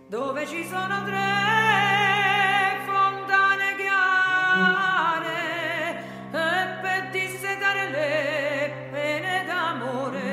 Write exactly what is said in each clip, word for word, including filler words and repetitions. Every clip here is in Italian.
dove ci sono tre fontane chiare e per dissetare le pene d'amore.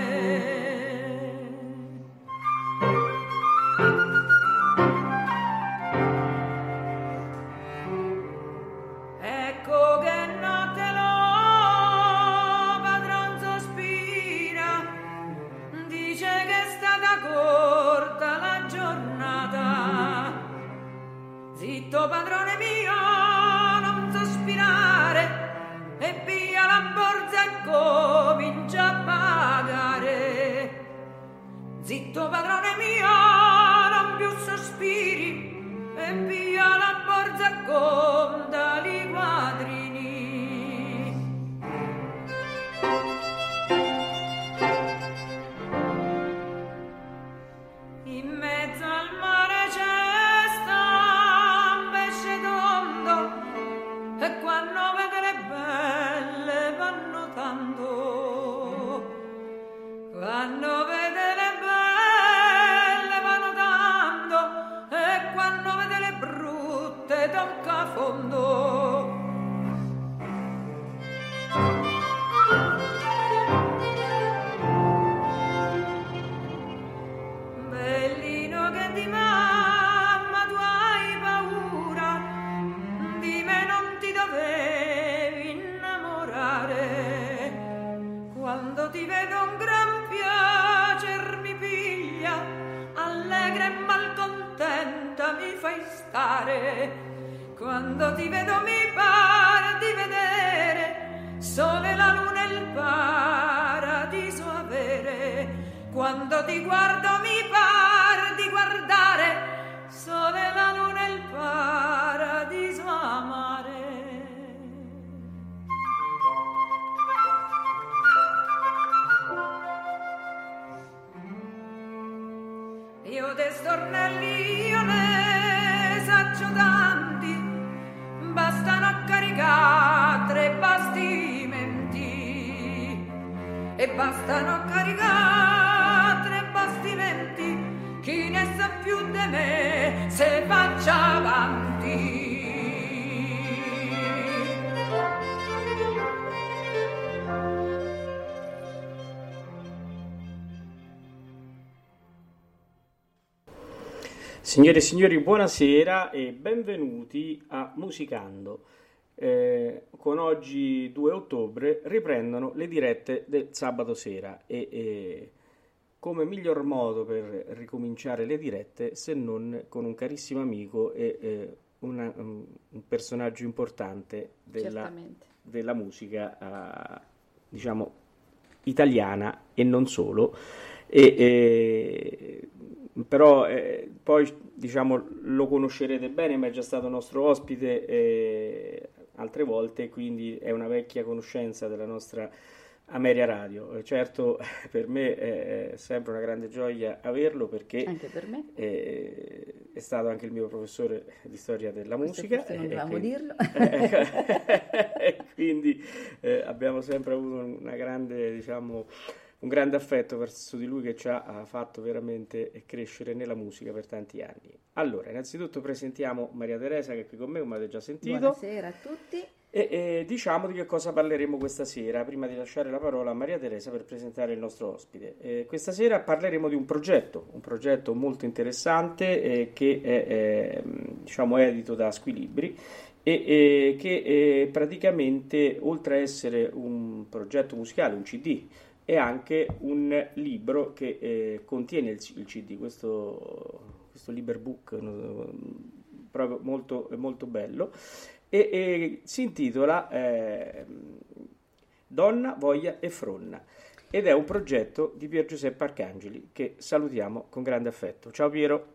Ecco che notte lo padron sospira, dice che è stata corta la giornata. Zitto padrone mio, non sospirare, e piglia la borsa e comincia a pagare. Zitto padrone mio, non più sospiri, e piglia la borsa e conta li quadrini. In mezzo al mare c'è sta un pesce tondo, e quando vede le belle va nuotando. Quando vede le belle va nuotando, e quando vede le brutte tocca fondo. Bellino che di mamma tu hai paura, di me non ti dovevi innamorare. Quando ti vedo un gran piacer mi piglia, allegra e malcontenta mi fai stare. Quando ti vedo mi pare di vedere sole, la luna e il paradiso avere. Quando ti guardo mi pare di guardare sole, la luna e il paradiso amare. Io te stornelli io ne saggio tanti, bastano a caricare tre bastimenti, e bastano a caricare tre bastimenti, chi ne sa più di me se faccia avanti. Signore e signori, buonasera e benvenuti a Musicando. Eh, con oggi due ottobre riprendono le dirette del sabato sera e, e come miglior modo per ricominciare le dirette se non con un carissimo amico e eh, una, um, un personaggio importante della, della musica eh, diciamo italiana e non solo. E, e però eh, poi diciamo lo conoscerete bene, ma è già stato nostro ospite eh, altre volte, quindi è una vecchia conoscenza della nostra Ameria Radio. Certo, per me è sempre una grande gioia averlo, perché anche per me è, è stato anche il mio professore di storia della musica, non dovevamo dirlo. E quindi eh, abbiamo sempre avuto una grande, diciamo, un grande affetto verso di lui, che ci ha fatto veramente crescere nella musica per tanti anni. Allora, innanzitutto presentiamo Maria Teresa, che è qui con me, come avete già sentito. Buonasera a tutti. E, e diciamo di che cosa parleremo questa sera, prima di lasciare la parola a Maria Teresa per presentare il nostro ospite. Eh, questa sera parleremo di un progetto, un progetto molto interessante eh, che è, è diciamo edito da Squilibri e, e che è praticamente, oltre a essere un progetto musicale, un C D, è anche un libro che eh, contiene il, il C D, questo, questo Librebook no, proprio molto, molto bello, e, e si intitola eh, Donna, Voglia e Fronna, ed è un progetto di Pier Giuseppe Arcangeli, che salutiamo con grande affetto. Ciao Piero.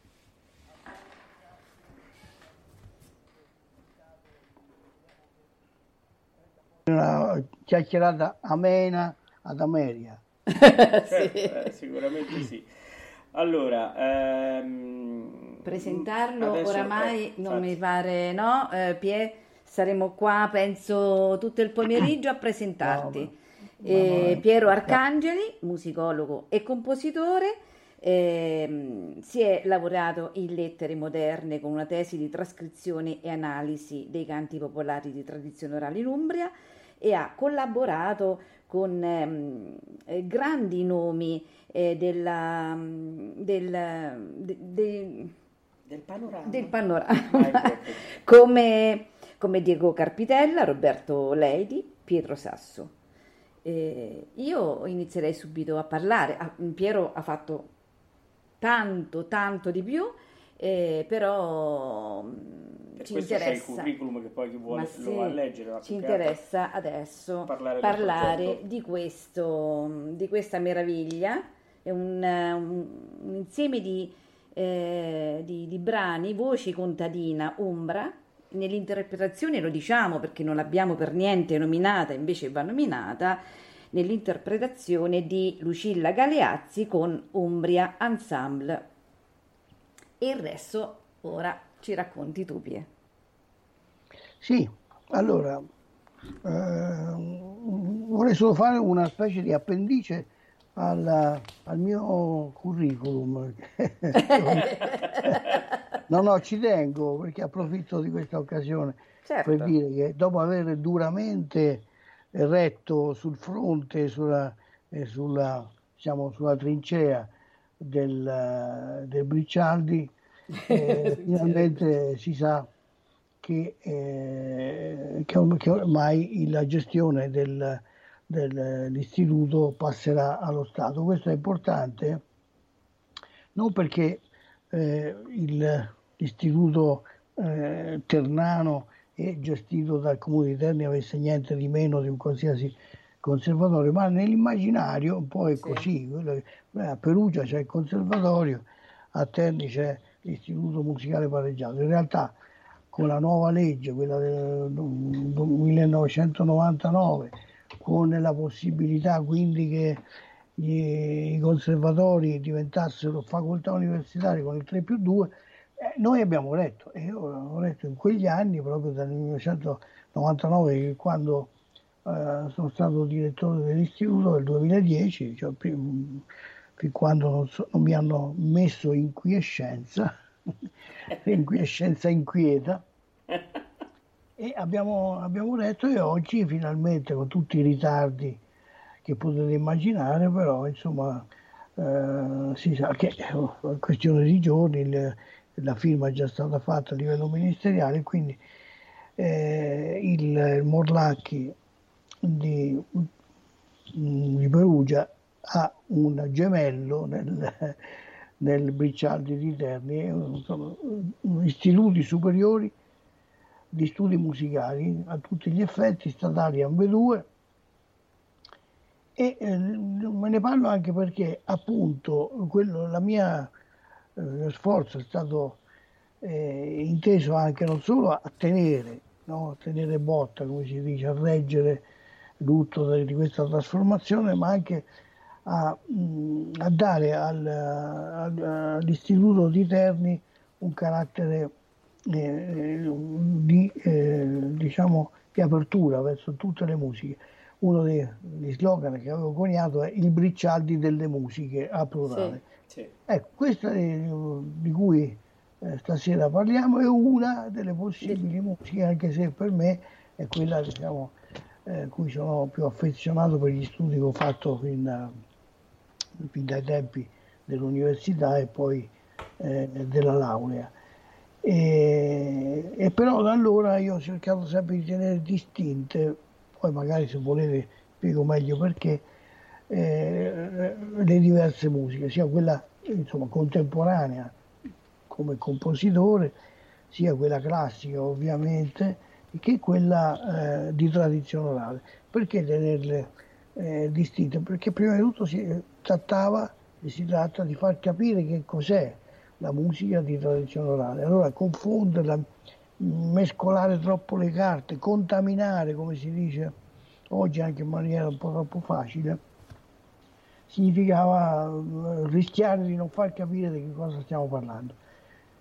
Una chiacchierata amena ad Ameria. Sì. Eh, sicuramente sì. Allora, ehm, presentarlo adesso, oramai eh, non mi pare, no? Eh, Pie, saremo qua penso tutto il pomeriggio a presentarti. No, ma, eh, ma, Piero Arcangeli, musicologo e compositore, Eh, si è lavorato in lettere moderne con una tesi di trascrizione e analisi dei canti popolari di tradizione orale in Umbria e ha collaborato con ehm, eh, grandi nomi eh, della, del, de, de, Del panorama. del panorama, Ah, ecco, ecco. come, come Diego Carpitella, Roberto Leidi, Pietro Sasso. Eh, io inizierei subito a parlare. Ah, Piero ha fatto tanto, tanto di più, eh, però mh, Per ci questo c'è il interessa. curriculum che poi chi vuole Ma lo va a sì, leggere. Ma ci più che altro interessa adesso parlare del parlare progetto. di questo, di questa meraviglia. È un, un- un insieme di, eh, di- di brani, voci contadina, Umbra. Nell'interpretazione lo diciamo perché non l'abbiamo per niente nominata, invece va nominata nell'interpretazione di Lucilla Galeazzi con Umbria Ensemble. E il resto ora ci racconti tu, Pie. Sì, allora, eh, vorrei solo fare una specie di appendice al, al mio curriculum. No, no, ci tengo perché approfitto di questa occasione per Certo, dire che dopo aver duramente retto sul fronte, sulla, eh, sulla, diciamo, sulla trincea del, del Briccialdi, eh, finalmente si sa che, eh, che, or- che ormai la gestione del- dell'istituto passerà allo Stato. Questo è importante non perché eh, il- l'istituto eh, Ternano è gestito dal Comune di Terni avesse niente di meno di un qualsiasi conservatorio, ma nell'immaginario un po' è sì, così. Quello che- a Perugia c'è il conservatorio, a Terni c'è l'istituto musicale pareggiato. In realtà con la nuova legge, quella del millenovecentonovantanove, con la possibilità quindi che gli- i conservatori diventassero facoltà universitarie con il tre più due, eh, noi abbiamo letto, e io ho letto in quegli anni, proprio dal millenovecentonovantanove, quando eh, sono stato direttore dell'istituto del duemiladieci, cioè fin quando non, so- non mi hanno messo in quiescenza, in quiescenza inquieta, e abbiamo, abbiamo letto e oggi finalmente con tutti i ritardi che potete immaginare, però insomma eh, si sa che è questione di giorni, il- la firma è già stata fatta a livello ministeriale, quindi eh, il, il Morlacchi di, di Perugia ha un gemello nel, nel Briccialdi di Terni, sono istituti superiori di studi musicali a tutti gli effetti, statali ambedue, e eh, me ne parlo anche perché appunto quello, la mia eh, sforzo è stato eh, inteso anche non solo a tenere, no, a tenere botta, come si dice, a reggere l'utto di questa trasformazione, ma anche a, mh, a dare al, al, all'istituto di Terni un carattere eh, di, eh, diciamo, di apertura verso tutte le musiche. Uno degli slogan che avevo coniato è il Briccialdi delle musiche a sì. plurale. Sì. Ecco, questa è, di cui eh, stasera parliamo è una delle possibili musiche, anche se per me è quella, diciamo, eh, cui sono più affezionato per gli studi che ho fatto fin, fin dai tempi dell'università e poi eh, della laurea. E, e però da allora io ho cercato sempre di tenere distinte, poi magari se volete spiego meglio perché, eh, le diverse musiche, sia quella insomma contemporanea come compositore, sia quella classica ovviamente, che quella eh, di tradizione orale. Perché tenerle eh, distinte? Perché prima di tutto si trattava e si tratta di far capire che cos'è la musica di tradizione orale. Allora confonderla, mescolare troppo le carte, contaminare, come si dice oggi anche in maniera un po' troppo facile, significava rischiare di non far capire di che cosa stiamo parlando.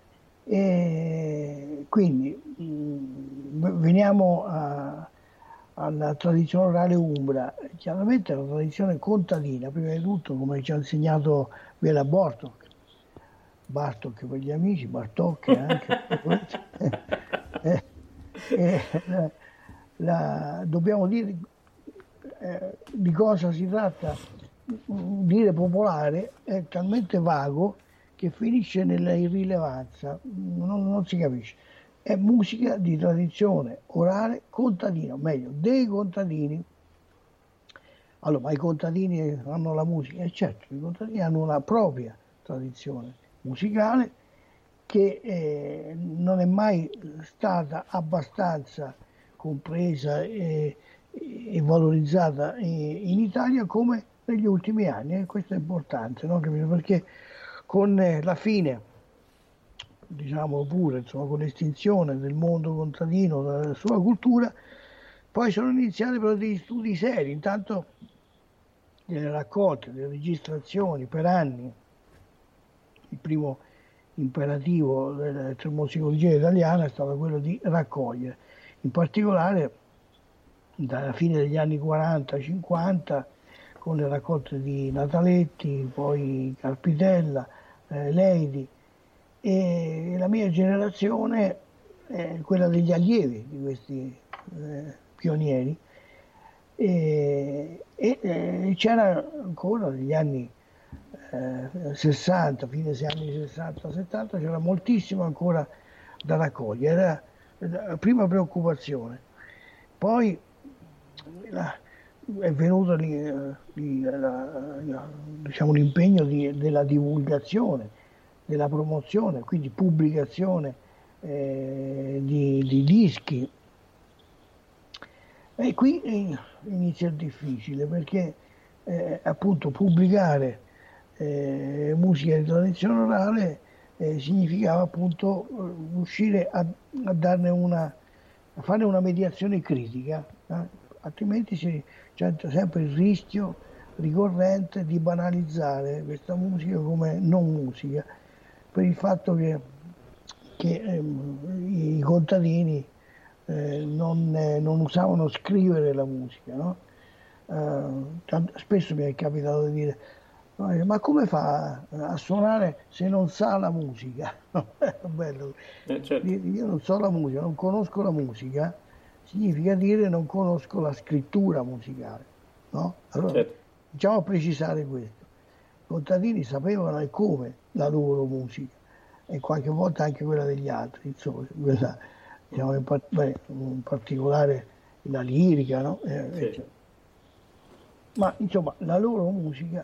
E quindi mh, veniamo a, alla tradizione orale umbra. Chiaramente è una tradizione contadina, prima di tutto, come ci ha insegnato Bela Bartok, Bartok per gli amici, Bartok anche. eh, eh, la, la, dobbiamo dire eh, di cosa si tratta. Dire popolare è talmente vago che finisce nella irrilevanza, non, non si capisce. È musica di tradizione orale contadina, o meglio, dei contadini. Allora, ma i contadini hanno la musica? E certo, i contadini hanno una propria tradizione musicale che eh, non è mai stata abbastanza compresa e, e valorizzata in Italia come negli ultimi anni, e eh? Questo è importante, no? Perché con la fine, diciamo pure, insomma, con l'estinzione del mondo contadino, della sua cultura, poi sono iniziati però degli studi seri, intanto delle raccolte, delle registrazioni per anni. Il primo imperativo dell'etnomusicologia italiana è stato quello di raccogliere, in particolare dalla fine degli anni quaranta cinquanta, con le raccolte di Nataletti, poi Carpitella, eh, Leidi, e la mia generazione è quella degli allievi di questi eh, pionieri, e, e eh, c'era ancora negli anni eh, sessanta, fine degli anni sessanta settanta, c'era moltissimo ancora da raccogliere, era la prima preoccupazione. Poi la, è venuto lì, lì, la, la, diciamo, l'impegno di, della divulgazione, della promozione, quindi pubblicazione eh, di, di dischi. E qui eh, inizia il difficile, perché eh, appunto pubblicare eh, musica di tradizione orale eh, significava appunto riuscire a, a darne una, a fare una mediazione critica, eh? Altrimenti si, c'è sempre il rischio ricorrente di banalizzare questa musica come non musica, per il fatto che, che ehm, i contadini eh, non, eh, non usavano scrivere la musica, no? Eh, tanto, spesso mi è capitato di dire: ma come fa a suonare se non sa la musica? È bello. Eh, certo. Io non so la musica, non conosco la musica, significa dire non conosco la scrittura musicale, no? Allora, certo. Diciamo a precisare questo. I contadini sapevano e come la loro musica, e qualche volta anche quella degli altri, insomma, quella, diciamo, in, part- beh, in particolare la lirica, no? Eh, sì. Ma insomma la loro musica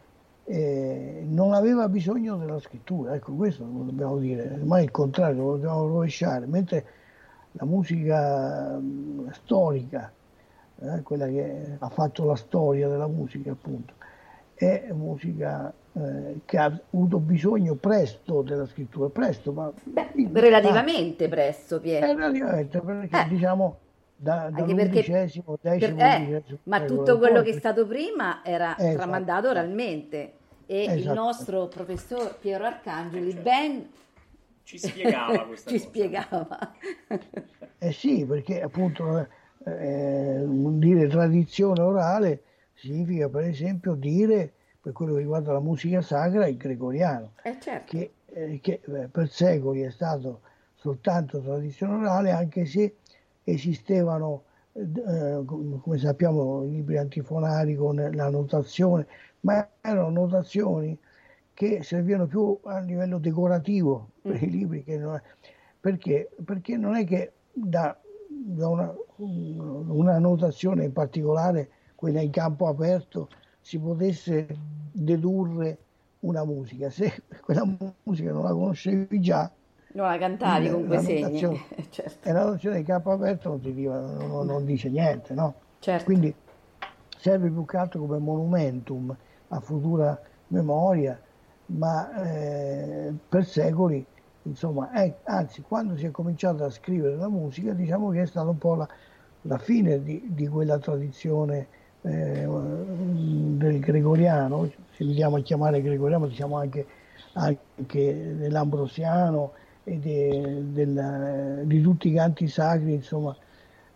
eh, non aveva bisogno della scrittura, ecco, questo lo dobbiamo dire, ma il contrario, lo dobbiamo rovesciare, mentre la musica mh, storica, eh, quella che ha fatto la storia della musica, appunto, è musica eh, che ha avuto bisogno presto della scrittura, presto, ma Beh, relativamente ah, presto, Pier. Eh, relativamente, perché eh. diciamo da, dall'undicesimo, decimo, per, eh, undicesimo, ma secolo, tutto quello poi, che è stato prima era esatto, tramandato oralmente, e esatto. Il nostro professor Piero Arcangeli eh, ben ci spiegava questa ci cosa. spiegava. Eh sì, perché appunto eh, dire tradizione orale significa per esempio dire, per quello che riguarda la musica sacra, il gregoriano, eh certo. che, eh, che eh, per secoli è stato soltanto tradizione orale, anche se esistevano, eh, come sappiamo, i libri antifonari con la notazione, ma erano notazioni che servivano più a livello decorativo per mm. i libri, che non è, perché? Perché non è che da, da una, una notazione in particolare, quella in campo aperto, si potesse dedurre una musica. Se quella musica non la conoscevi già, non la cantavi con quei segni. Certo. E la notazione in campo aperto non, ti diva, non, non dice niente, no? Certo. Quindi serve più che altro come monumentum a futura memoria, ma eh, per secoli, insomma, è, anzi, quando si è cominciato a scrivere la musica, diciamo che è stata un po' la, la fine di, di quella tradizione eh, del gregoriano, se vogliamo chiamare gregoriano, diciamo anche, anche dell'ambrosiano e de, del, di tutti i canti sacri, insomma,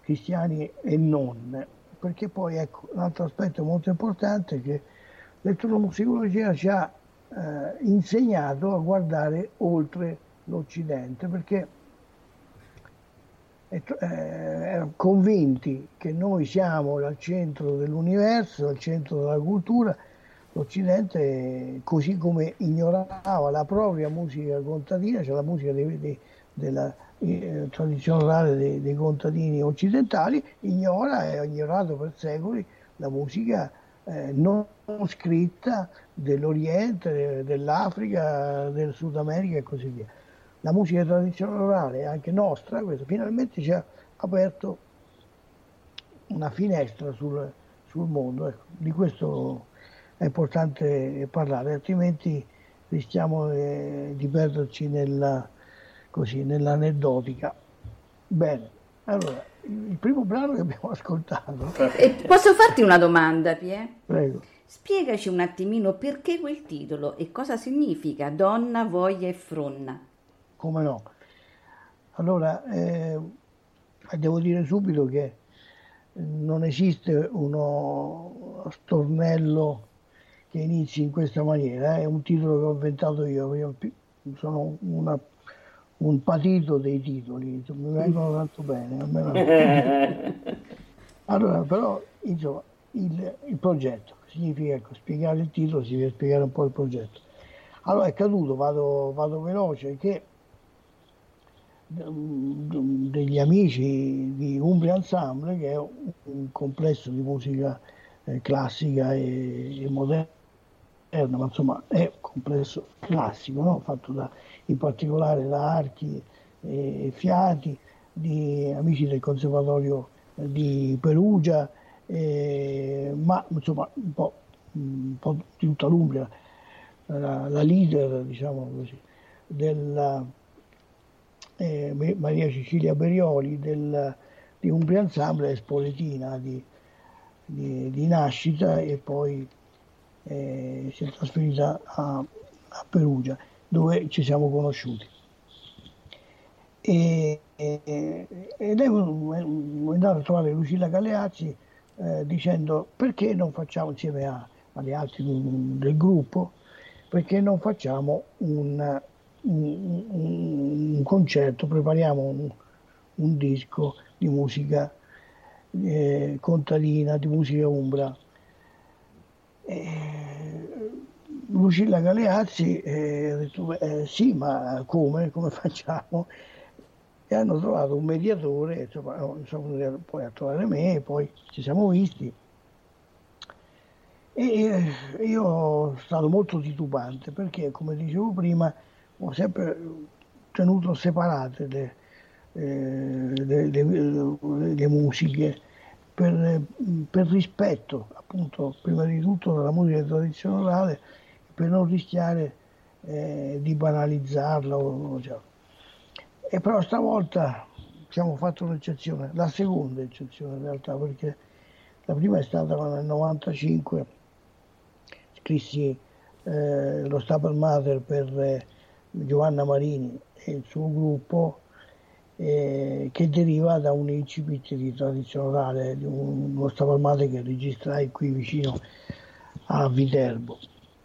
cristiani e non, perché poi ecco un altro aspetto molto importante è che l'etnomusicologia ci ha eh, insegnato a guardare oltre l'Occidente, perché eh, convinti che noi siamo al centro dell'universo, al centro della cultura. L'Occidente, così come ignorava la propria musica contadina, cioè la musica dei, dei, della eh, tradizione orale dei, dei contadini occidentali, ignora e ha ignorato per secoli la musica eh, non scritta dell'Oriente, dell'Africa, del Sud America e così via. La musica tradizionale orale, anche nostra, questo, finalmente ci ha aperto una finestra sul, sul mondo. Ecco, di questo è importante parlare, altrimenti rischiamo eh, di perderci nella, così, nell'aneddotica. Bene, allora, il primo brano che abbiamo ascoltato... E posso farti una domanda, Pie? Prego. Spiegaci un attimino perché quel titolo e cosa significa Donna, Voglia e Fronna. Come no? Allora, eh, devo dire subito che non esiste uno stornello che inizi in questa maniera, è un titolo che ho inventato io, io sono una, un patito dei titoli, mi vengono tanto bene. Almeno. Allora, però, insomma, il, il progetto significa, ecco, spiegare il titolo, si deve spiegare un po' il progetto. Allora è caduto, vado, vado veloce, che degli amici di Umbria Ensemble, che è un complesso di musica eh, classica e, e moderna, ma insomma è un complesso classico, no? Fatto da, in particolare da archi e fiati, di amici del Conservatorio di Perugia, eh, ma insomma un po', un po' di tutta l'Umbria, la, la leader, diciamo così, della Eh, Maria Cecilia Berioli del, di Umbria Ensemble, è spoletina di, di, di nascita e poi eh, si è trasferita a, a Perugia, dove ci siamo conosciuti. E, e, ed è andato a trovare Lucilla Galeazzi eh, dicendo: perché non facciamo, insieme a, agli altri del gruppo, perché non facciamo un Un, un, un concerto, prepariamo un, un disco di musica eh, contadina, di musica umbra. Eh, Lucilla Galeazzi eh, ha detto eh, sì, ma come, come facciamo? E hanno trovato un mediatore, insomma, sono venuti poi a trovare me, e poi ci siamo visti. E eh, io sono stato molto titubante perché, come dicevo prima, ho sempre tenuto separate le, eh, le, le, le musiche per, per rispetto, appunto, prima di tutto della musica tradizionale, per non rischiare eh, di banalizzarla. O, cioè. E però stavolta ci abbiamo fatto un'eccezione, la seconda eccezione in realtà, perché la prima è stata nel novantacinque, scrissi eh, lo Stabat Mater per eh, Giovanna Marini e il suo gruppo, eh, che deriva da un incipit di tradizione orale, di un, uno Stabat Mater che registrai qui vicino a Viterbo,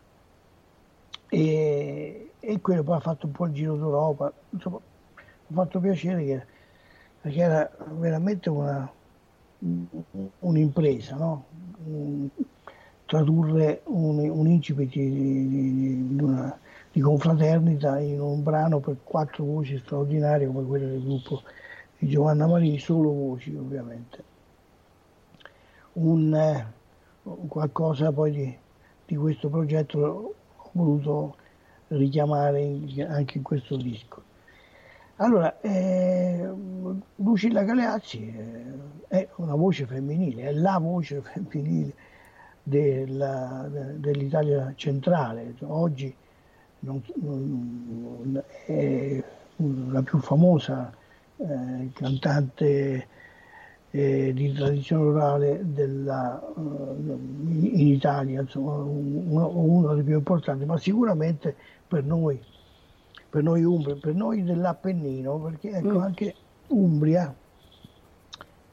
e, e quello poi ha fatto un po' il giro d'Europa. Insomma, mi ha fatto piacere che, perché era veramente una, un'impresa, no? Un, tradurre un, un incipit di, di, di una di confraternita in un brano per quattro voci straordinarie come quelle del gruppo di Giovanna Marini, solo voci ovviamente. Un, eh, qualcosa poi di, di questo progetto ho voluto richiamare in, anche in questo disco. Allora, eh, Lucilla Galeazzi eh, è una voce femminile, è la voce femminile della, dell'Italia centrale. Oggi Non, non, è la più famosa eh, cantante eh, di tradizione orale della, uh, in Italia, insomma, uno, uno dei più importanti, ma sicuramente per noi, per noi Umbri, per noi dell'Appennino, perché ecco, mm. anche Umbria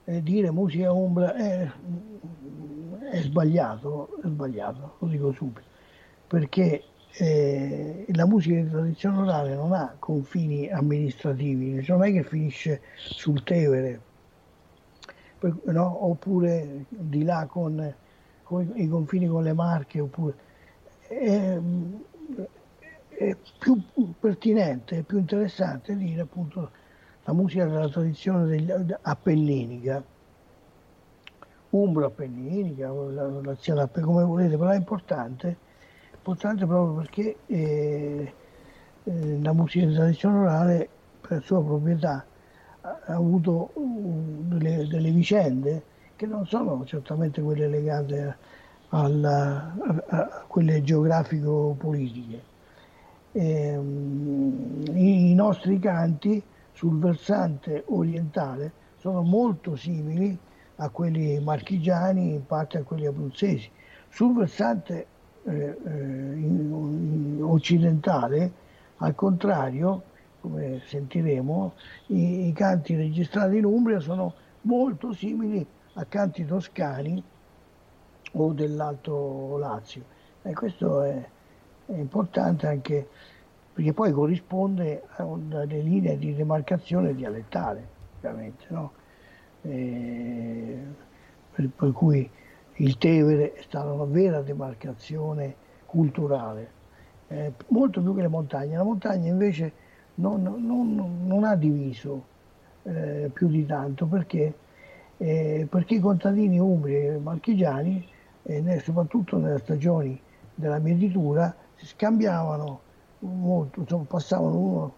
eh, dire musica umbra è, è sbagliato, è sbagliato, lo dico subito, perché eh, la musica di tradizione orale non ha confini amministrativi, non è che finisce sul Tevere, per, no? Oppure di là con, con i confini con le Marche, oppure è, è più pertinente, è più interessante dire appunto la musica della tradizione degli, appenninica, umbro-appenninica, laziale, come volete, però è importante, importante proprio perché eh, eh, la musica di tradizione orale, per sua proprietà, ha, ha avuto uh, delle, delle vicende che non sono certamente quelle legate alla, a, a quelle geografico-politiche. Eh, i, I nostri canti sul versante orientale sono molto simili a quelli marchigiani, in parte a quelli abruzzesi. Sul versante eh, in, in occidentale, al contrario, come sentiremo, i, i canti registrati in Umbria sono molto simili a canti toscani o dell'Alto Lazio. E questo è, è importante anche perché poi corrisponde a delle linee di demarcazione dialettale, ovviamente, no? E per, per cui il Tevere è stata una vera demarcazione culturale, eh, molto più che le montagne. La montagna invece non, non, non ha diviso eh, più di tanto, perché, eh, perché i contadini umbri e marchigiani, eh, soprattutto nelle stagioni della mietitura, si scambiavano molto, insomma, passavano uno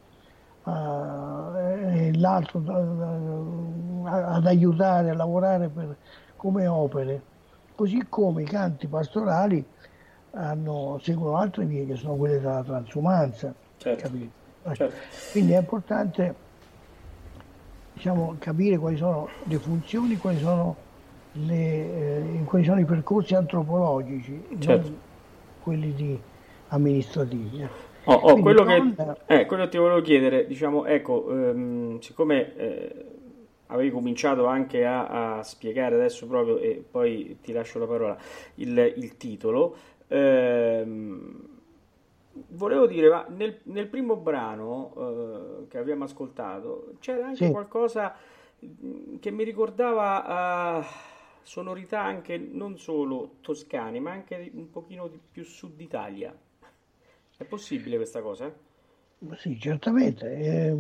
e l'altro ad aiutare a lavorare per, come opere, così come i canti pastorali hanno, seguono altre vie che sono quelle della transumanza, certo, capito? Certo. Quindi è importante, diciamo, capire quali sono le funzioni, quali sono, le, eh, quali sono i percorsi antropologici, certo, non quelli di amministrativi. Oh, oh, quello, che, eh, quello che ti volevo chiedere, diciamo, ecco, ehm, siccome eh, avevi cominciato anche a, a spiegare adesso proprio, e poi ti lascio la parola, il, il titolo, ehm, volevo dire, ma nel, nel primo brano eh, che abbiamo ascoltato c'era anche sì, qualcosa che mi ricordava uh, sonorità anche non solo toscane, ma anche un pochino di più sud Italia. È possibile questa cosa? Sì, certamente. Eh,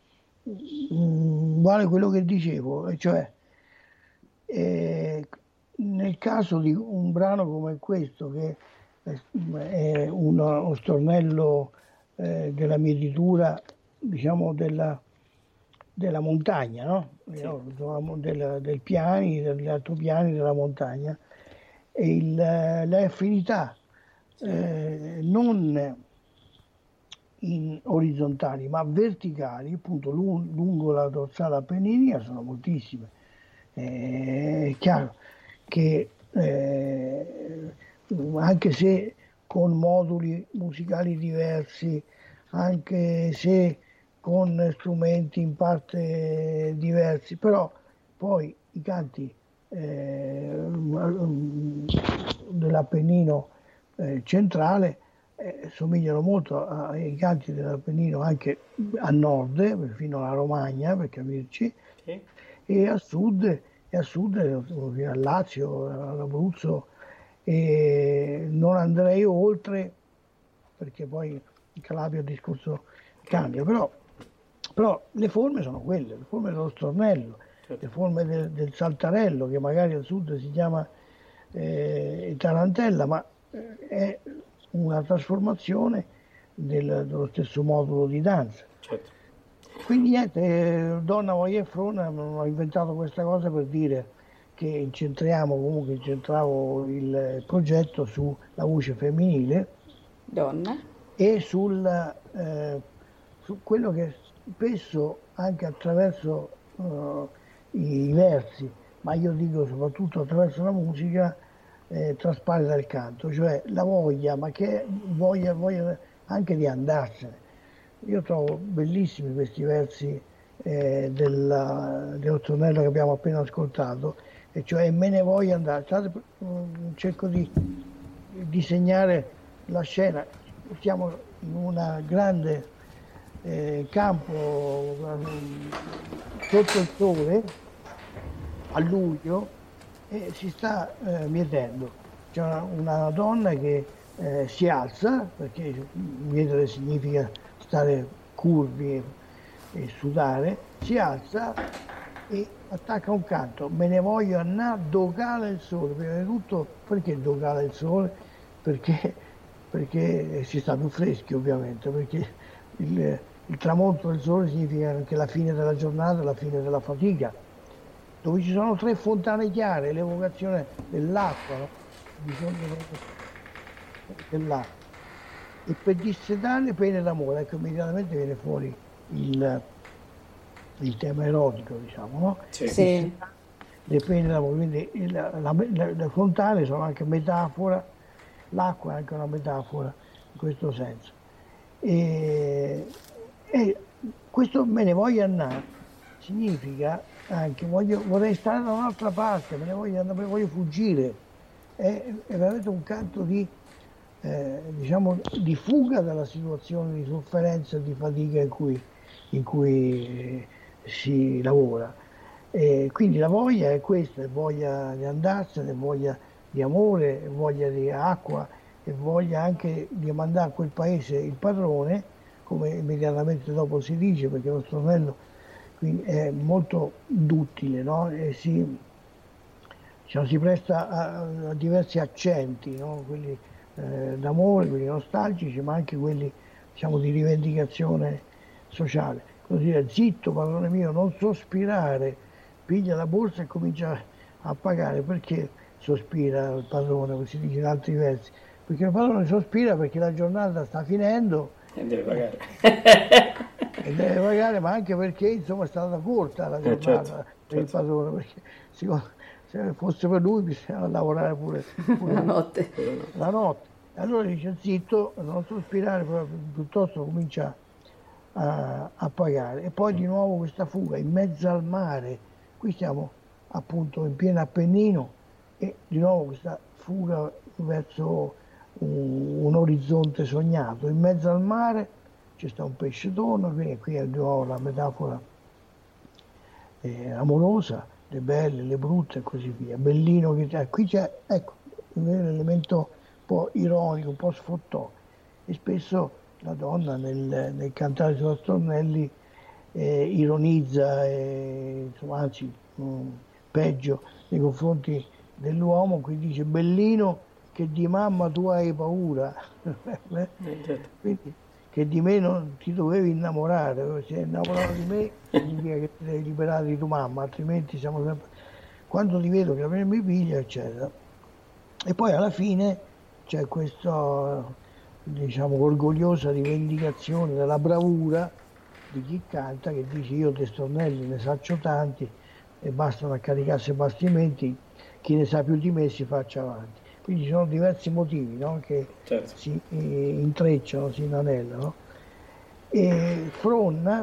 vale quello che dicevo, cioè eh, nel caso di un brano come questo, che è uno stornello eh, della mietitura, diciamo, della, della montagna, no? Sì. Del, del piani, degli altopiani della montagna, e il, le affinità eh, non in orizzontali ma verticali, appunto lungo la dorsale appenninica, sono moltissime. È chiaro che eh, anche se con moduli musicali diversi, anche se con strumenti in parte diversi, però poi i canti eh, dell'Appennino eh, centrale Eh, somigliano molto ai canti dell'Appennino anche a nord, fino alla Romagna, per capirci, sì, e a sud, e a sud fino al Lazio, all'Abruzzo, e non andrei oltre, perché poi in Calabria il discorso cambia, però, però le forme sono quelle, le forme dello stornello, certo, le forme del, del saltarello, che magari al sud si chiama eh, tarantella, ma eh, è una trasformazione del, dello stesso modulo di danza. Certo. Quindi niente, Donna Voglia e Frona, ho inventato questa cosa per dire che incentriamo, comunque incentravo il progetto sulla voce femminile, donna, e sul, eh, su quello che spesso anche attraverso uh, i versi, ma io dico soprattutto attraverso la musica, Eh, traspare dal canto, cioè la voglia, ma che voglia, voglia anche di andarsene. Io trovo bellissimi questi versi eh, della, dello stornello che abbiamo appena ascoltato, e cioè me ne voglio andare. State, cerco di disegnare la scena. Siamo in un grande eh, campo sotto il sole a luglio e si sta eh, mietendo. C'è una, una donna che eh, si alza, perché mietere significa stare curvi e, e sudare, si alza e attacca un canto: me ne voglio andare, do cala il sole. Prima di tutto, perché do cala il sole? Perché, perché si sta più freschi, ovviamente, perché il, il tramonto del sole significa anche la fine della giornata, la fine della fatica, dove ci sono tre fontane chiare, l'evocazione dell'acqua, no? Bisogno dell'acqua. E per dissetare le pene d'amore, ecco, immediatamente viene fuori il, il tema erotico, diciamo, no? Sì. Sì. Le pene d'amore, quindi il, la, la, le fontane sono anche metafora, l'acqua è anche una metafora in questo senso. E, e questo me ne voglio andare significa anche voglio, vorrei stare da un'altra parte, me ne voglio andare, me ne voglio fuggire. È, è veramente un canto di eh, diciamo di fuga dalla situazione di sofferenza e di fatica in cui, in cui eh, si lavora. E quindi la voglia è questa, è voglia di andarsene, voglia di amore, voglia di acqua e voglia anche di mandare a quel paese il padrone, come immediatamente dopo si dice, perché lo stornello quindi è molto duttile, no? E si, diciamo, si presta a, a diversi accenti, no? Quelli eh, d'amore, quelli nostalgici, ma anche quelli, diciamo, di rivendicazione sociale. Così è: zitto padrone mio, non sospirare, piglia la borsa e comincia a pagare. Perché sospira il padrone, come si dice in altri versi? Perché il padrone sospira perché la giornata sta finendo e deve pagare. E deve pagare, ma anche perché insomma è stata corta la giornata eh, certo, per certo. il padrone, perché se fosse per lui bisogna lavorare pure, pure la notte. La notte. Allora dice: zitto, non sospirare, piuttosto comincia a, a pagare. E poi di nuovo questa fuga in mezzo al mare. Qui siamo appunto in pieno Appennino e di nuovo questa fuga verso un, un orizzonte sognato. In mezzo al mare c'è sta un pesce tonno, quindi qui è di nuovo la metafora eh, amorosa, le belle, le brutte e così via. Bellino che c'è. Qui c'è, ecco, un elemento un po' ironico, un po' sfottò. E spesso la donna nel, nel cantare sulla stornelli eh, ironizza, e, insomma, anzi mh, peggio nei confronti dell'uomo, quindi dice: bellino che di mamma tu hai paura. Quindi, che di me non ti dovevi innamorare, se innamorato di me significa che ti devi liberare di tua mamma, altrimenti siamo sempre, quando ti vedo che la mi piglia, eccetera. E poi alla fine c'è questa, diciamo, orgogliosa rivendicazione della bravura di chi canta, che dice: io dei stornelli ne saccio tanti e bastano a caricarsi i bastimenti, chi ne sa più di me si faccia avanti. Quindi ci sono diversi motivi, no? Che certo. si eh, intrecciano, si inanellano. E Fronna,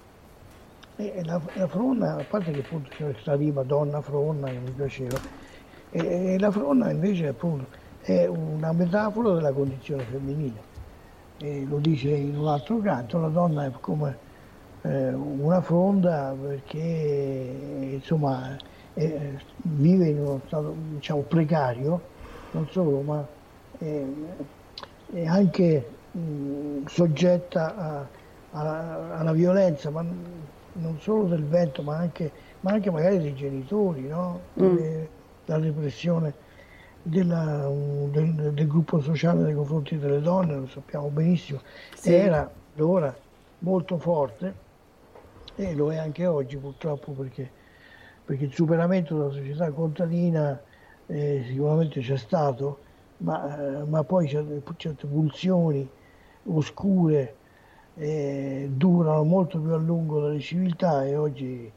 eh, la, la Fronna, a parte che appunto c'è questa rima donna Fronna che mi piaceva, e, e la Fronna invece appunto è una metafora della condizione femminile. E lo dice in un altro canto: la donna è come eh, una fronda, perché insomma è, vive in uno stato, diciamo, precario, non solo, ma è, è anche mh, soggetta a, a, alla violenza, ma non solo del vento, ma anche, ma anche magari dei genitori, no? Mm. E, la repressione della, del, del gruppo sociale nei confronti delle donne, lo sappiamo benissimo, sì. Era allora molto forte e lo è anche oggi purtroppo, perché, perché il superamento della società contadina Eh, sicuramente c'è stato, ma, eh, ma poi certe, certe pulsioni oscure eh, durano molto più a lungo delle civiltà, e oggi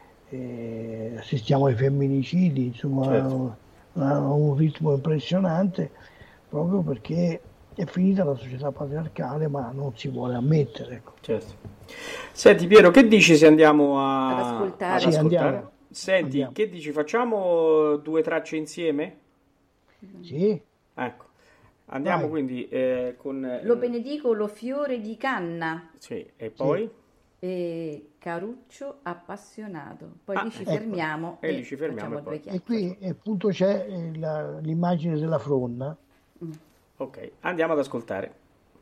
eh, assistiamo ai femminicidi, insomma, certo. a, a un ritmo impressionante, proprio perché è finita la società patriarcale, ma non si vuole ammettere. Ecco. Certo. Senti Piero, che dici se andiamo a, Ad ascoltare. ad Sì, ascoltare? andiamo. Senti, Andiamo. che dici? Facciamo due tracce insieme? Sì, Ecco, andiamo vai. quindi eh, con... Lo benedico lo fiore di canna Sì, e poi? e Caruccio appassionato. Poi Ah, lì ci ecco. fermiamo E lì ci fermiamo facciamo e due poi- E chiacchiere. qui appunto c'è eh, la- l'immagine della fronna. Ok, andiamo ad ascoltare.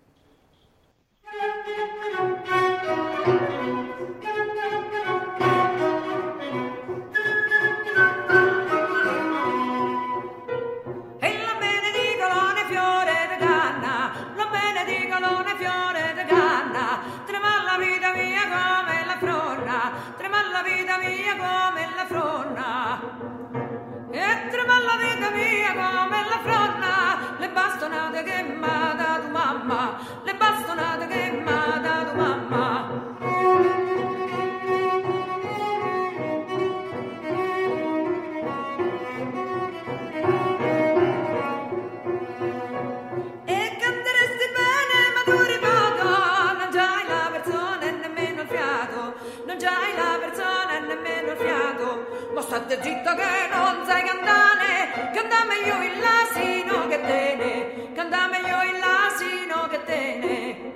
E la benedicolone fiore de canna, la benedicolone fiore de canna, trema la vita mia come la fronna, trema la vita mia come la fronna. E trema la vita mia come la fronna, le bastonate che m'ha dato mamma, le bastonate che m'ha dato mamma. E canteresti bene ma tu ripoco, non c'hai la persona e nemmeno il fiato, non c'hai la persona e nemmeno il fiato, ma state zitto che non sai cantare, canta meglio il l'asino che te ne, canta meglio il l'asino che te ne.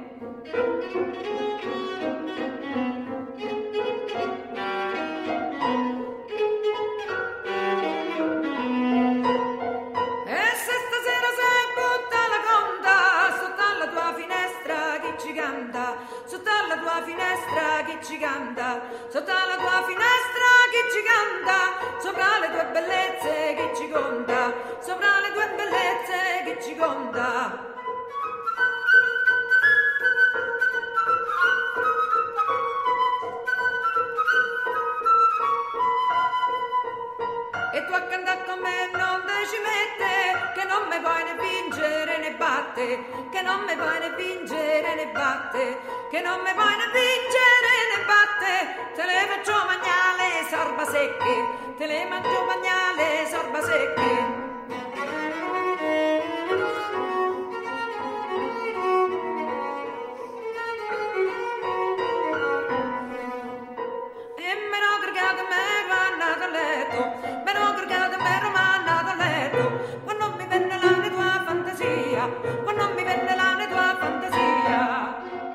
E se stasera sei butta la conta, sotto alla tua finestra chi ci canta, sotto alla tua finestra chi ci canta, sotto alla tua finestra chi ci canta, sopra le tue bellezze chi ci conta, sopra le tue bellezze chi ci conta. E tu a cantare con me non te ci mette, che non me puoi né vincere né batte, che non me puoi né vincere né batte, che non me puoi né vincere né batte, te le faccio magnale sorba secche, te le mangio magnale sorba secche. E me l'ho caricata, me l'ho andata a letto, me l'ho caricata, me l'ho mandata a letto, quando mi venne la tua fantasia, quando mi venne la tua fantasia.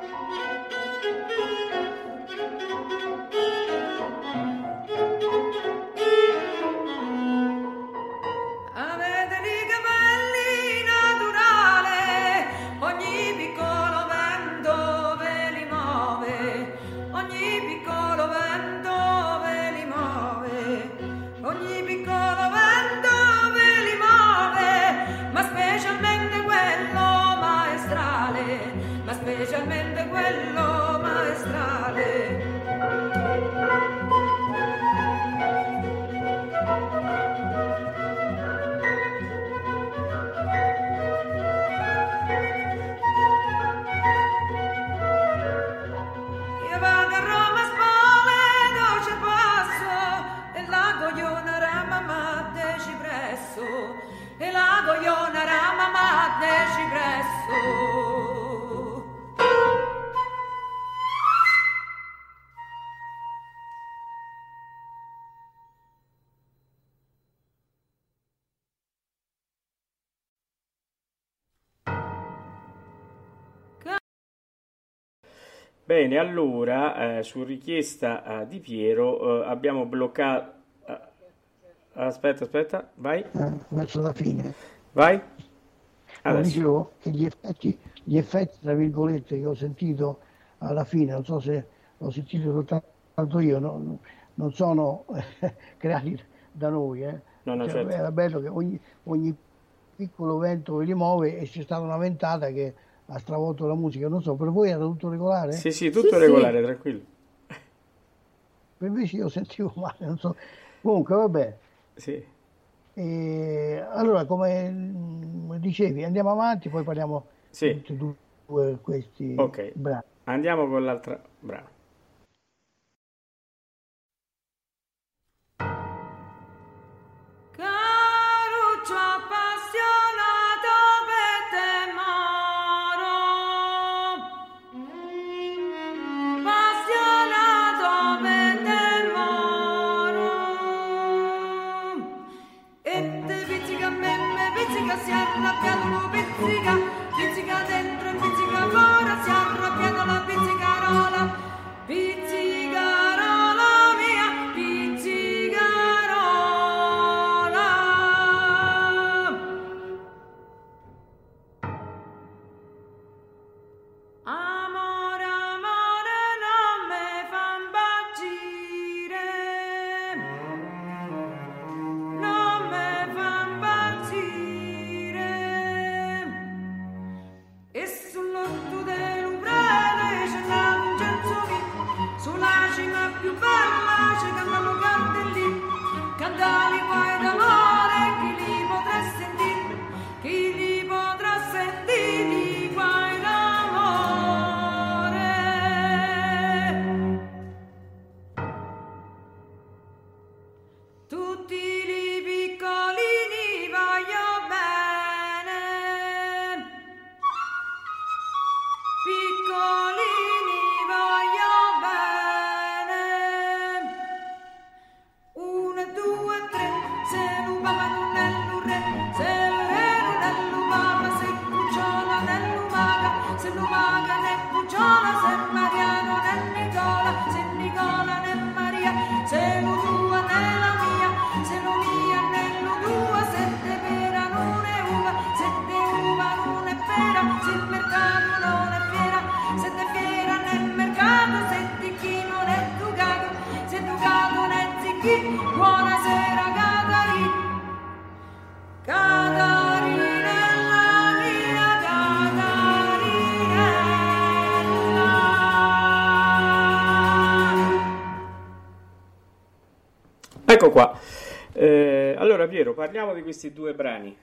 Avete i capelli naturale, ogni piccolo vento ve li muove, ogni piccolo vento ve li muove, ogni piccolo vento ve li muove, ma specialmente quello maestrale, ma specialmente quello maestrale. Io vado a Roma Spoleto ci passo e la cogliona rama matte ci presso e la cogliona rama matte ci presso. Bene, allora, eh, su richiesta eh, di Piero eh, abbiamo bloccato... eh, aspetta, aspetta, vai, eh, verso la fine. vai. No, Adesso. dicevo che gli effetti, gli effetti, tra virgolette, che ho sentito alla fine, non so se l'ho sentito soltanto io, no, non sono eh, creati da noi. Eh. No, no, Cioè, certo. era bello che ogni, ogni piccolo vento li muove e c'è stata una ventata che ha stravolto la musica. Non so, per voi era tutto regolare? Sì, sì, tutto Sì, regolare, sì. tranquillo. Per invece io sentivo male, non so. Comunque, vabbè. Sì. E allora, come mm, dicevi, andiamo avanti, poi parliamo Sì. di tutti e due questi Ok, brani. andiamo con l'altra brano. Caruccio appassionato per te, ma Pucciola, se Mariano né Nicola, se Nicola né Maria, se lo tua né la mia, se lo mia né lo tua, se te pera non è uva, se te uva non è pera, se il mercato non è fiera, se te fiera né mercato, se ti chi non è ducato, se ducato non è zicchi. Buonasera Catarina, Catarinella mia, Catarinella. Ecco qua. Eh, allora Piero, parliamo di questi due brani.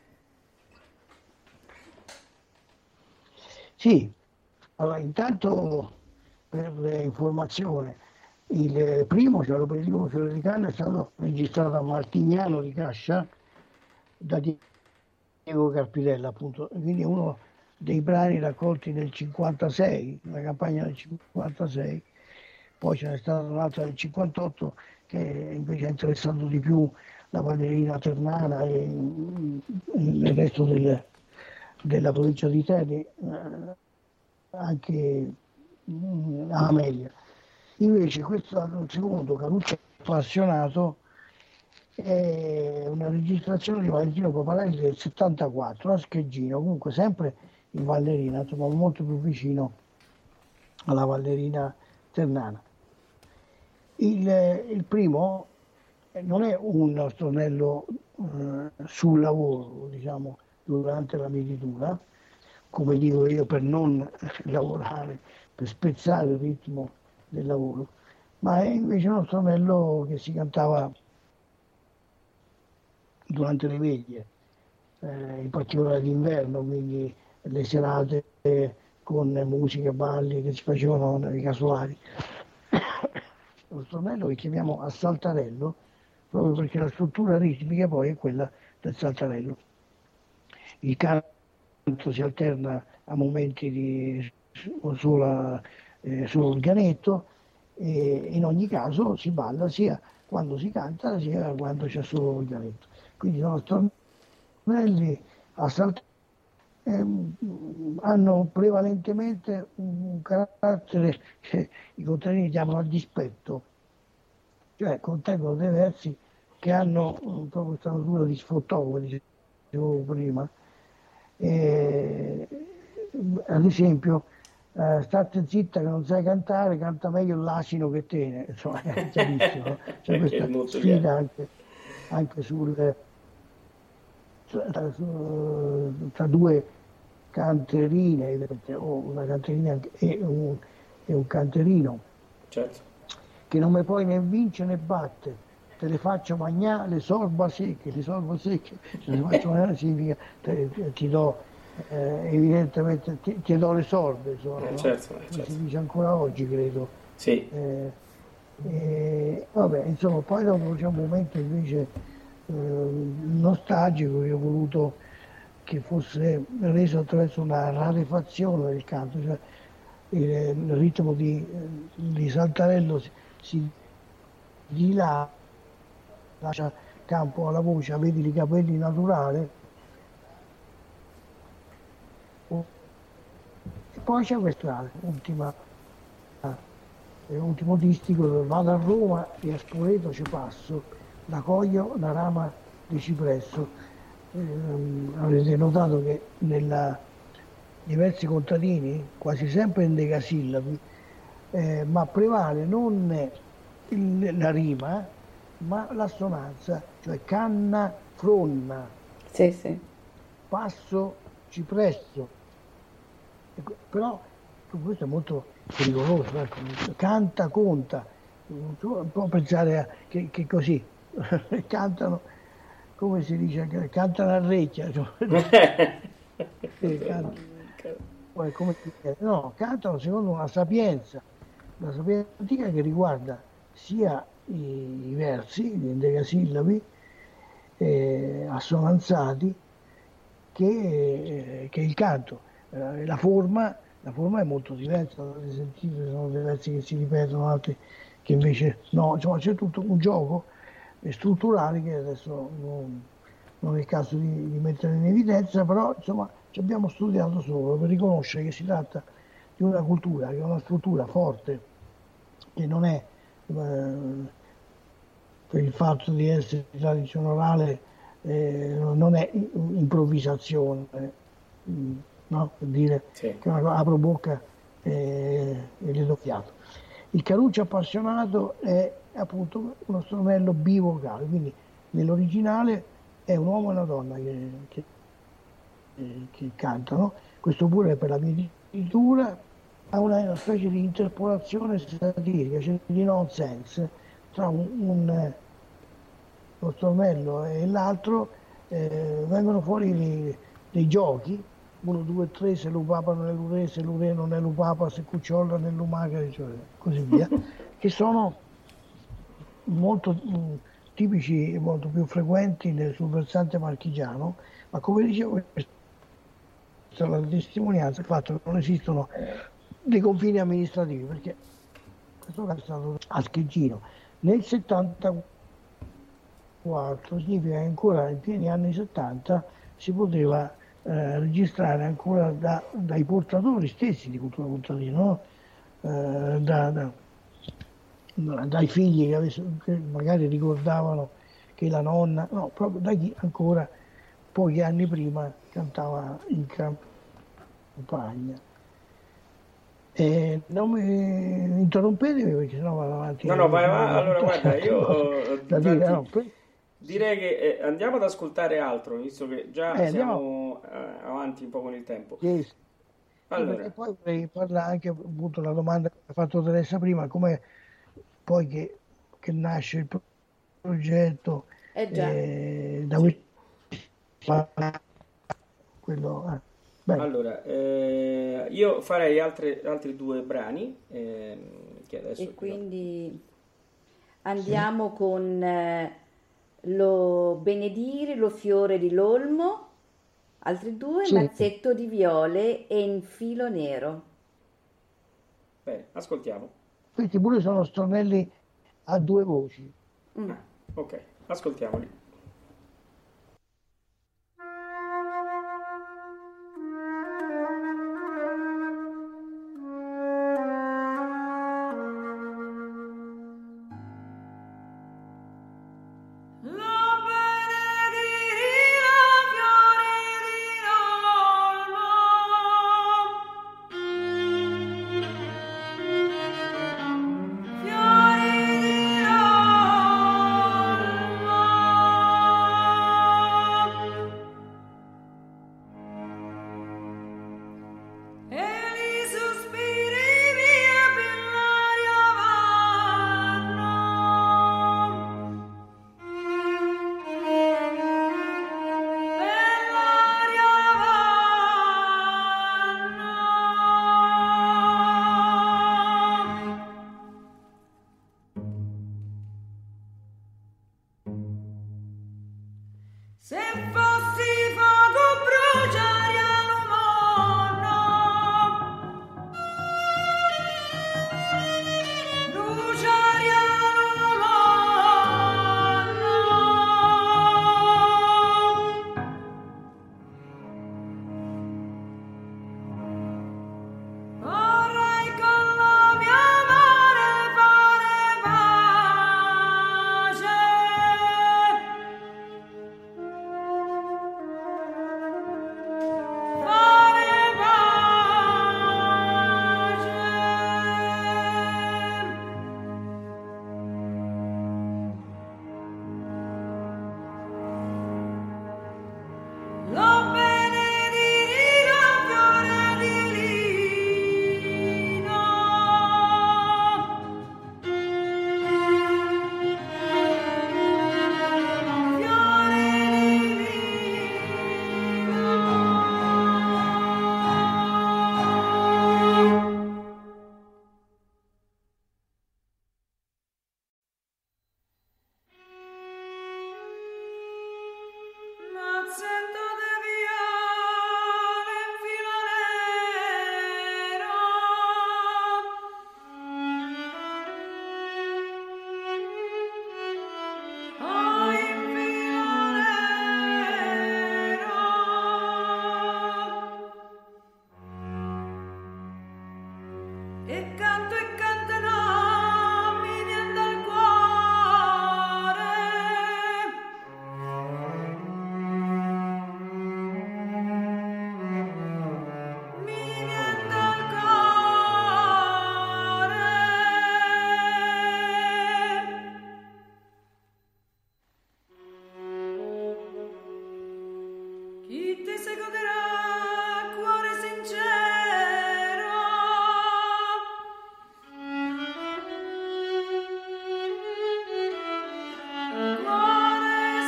Sì, allora intanto per informazione, il primo, cioè l'operativo Fiore di Canna, è stato registrato a Martignano di Cascia da Diego Carpitella, appunto, quindi è uno dei brani raccolti nel cinquantasei, nella campagna del cinquantasei, poi ce n'è stato un altro nel cinquantotto che invece ha interessato di più la Vallerina Ternana e il resto del, della provincia di Terni, eh, anche mm, a Amelia. Invece questo secondo, Caruccio Appassionato, è una registrazione di Valentino Papalelli del settantaquattro a Scheggino, comunque sempre in Vallerina, insomma molto più vicino alla Vallerina Ternana. Il, il primo non è un stornello eh, sul lavoro, diciamo, durante la mietitura, come dico io, per non lavorare, per spezzare il ritmo del lavoro, ma è invece uno stornello che si cantava durante le veglie, eh, in particolare d'inverno, quindi le serate eh, con musica e balli che si facevano nei casolari. Lo stornello che chiamiamo a saltarello, proprio perché la struttura ritmica poi è quella del saltarello. Il canto si alterna a momenti di sola, eh, solo organetto, e in ogni caso si balla sia quando si canta sia quando c'è solo organetto. Quindi sono stornelli a saltarello, ehm, hanno prevalentemente un carattere che i contadini chiamano a dispetto, cioè contengono dei versi che hanno uh, proprio questa natura di sfottò, come dicevo prima. E, ad esempio, uh, state zitta che non sai cantare, canta meglio l'asino che te ne, insomma, è chiarissimo. C'è questa sfida anche, anche sul, tra, tra due canterine, o una canterina e un, e un canterino, Certo. che non mi puoi né vince né batte, te le faccio mangiare le sorba secche, le sorba secche, se le faccio mangiare significa te, ti do, eh, evidentemente, ti, ti do le sorbe, insomma, Eh, no? certo, eh, certo. Si dice ancora oggi, credo. Sì. Eh, eh, vabbè, insomma, poi dopo c'è un momento invece eh, nostalgico che ho voluto che fosse reso attraverso una rarefazione del canto, cioè il, il ritmo di, di saltarello si, si dilata, lascia campo alla voce, vedi i capelli naturali, e poi c'è quest'ultima ultimo distico dove vado a Roma e a Spoleto ci passo, la coglio una rama di cipresso. Eh, avrete notato che nella diversi contadini, quasi sempre in decasillabi, eh, ma prevale non il, la rima, ma l'assonanza, cioè canna, fronna, Sì, sì. passo, cipresso. Ecco, però questo è molto pericoloso, ecco. Canta, conta, non si può pensare a, che, che così cantano, come si dice, cantano a recchia, cioè, eh, cantano, poi, come, no, cantano secondo una sapienza, una sapienza antica che riguarda sia i, i versi, gli endecasillabi eh, assonanzati che, eh, che il canto. Eh, la forma La forma è molto diversa, avete sentito, ci sono dei versi che si ripetono, altri che invece no, insomma c'è tutto un gioco strutturale che adesso non, non è il caso di, di mettere in evidenza, però insomma ci abbiamo studiato solo per riconoscere che si tratta di di una cultura che è una struttura forte, che non è eh, per il fatto di essere tradizione orale, eh, non è improvvisazione, eh, no? Per dire Sì. che apro bocca e, e le do fiato. Il caruccio appassionato è appunto uno stornello bivocale, quindi nell'originale è un uomo e una donna che, che, che cantano. Questo pure per la mietitura ha una, una specie di interpolazione satirica, cioè di nonsense tra un, un, lo stornello e l'altro. Eh, vengono fuori dei, dei giochi, uno, due, tre, se l'upapa non è l'ure, se l'ure non è l'upapa, se cucciolla non è l'umaca, cioè, così via, che sono molto mh, tipici e molto più frequenti nel, sul versante marchigiano, ma come dicevo, questa è la testimonianza del fatto che non esistono dei confini amministrativi, perché in questo caso è stato a Scheggino nel settantaquattro, significa che ancora nei pieni anni settanta si poteva eh, registrare ancora da, dai portatori stessi di cultura contadina, no? eh, da, da, dai figli che, avessero, che magari ricordavano che la nonna, no, proprio da chi ancora pochi anni prima cantava in campagna. E non mi interrompetemi perché sennò vado avanti. No, no, vai avanti. Allora, guarda, io da infatti, dire, no, poi, direi che eh, andiamo ad ascoltare altro, visto che già eh, siamo eh, avanti un po' con il tempo. Yes. Allora, E poi vorrei parlare anche appunto la domanda che ha fatto Teresa prima, come poi che, che nasce il progetto Eh già. eh, da questo quello eh. Bene. allora eh, io farei altre, altri due brani eh, che adesso E ti do. quindi andiamo con eh, lo benedire, lo fiore di l'olmo, altri due, Sì. mazzetto di viole e in filo nero. Bene, ascoltiamo. Questi pure sono stornelli a due voci. Mm. Ah, ok, ascoltiamoli. La benedira fiori di l'olmo, fiori di l'olmo, e li sospiri via per l'aria vanno. Bell'aria vanno. Se fossi fuoco bruciare all'umono, bruciare all'umono. Vorrei con la mia mano fare pace. e canto e canterò, mi vien dal cuore, mi vien dal cuore. Chi te se goderà, cuore sincero, cuore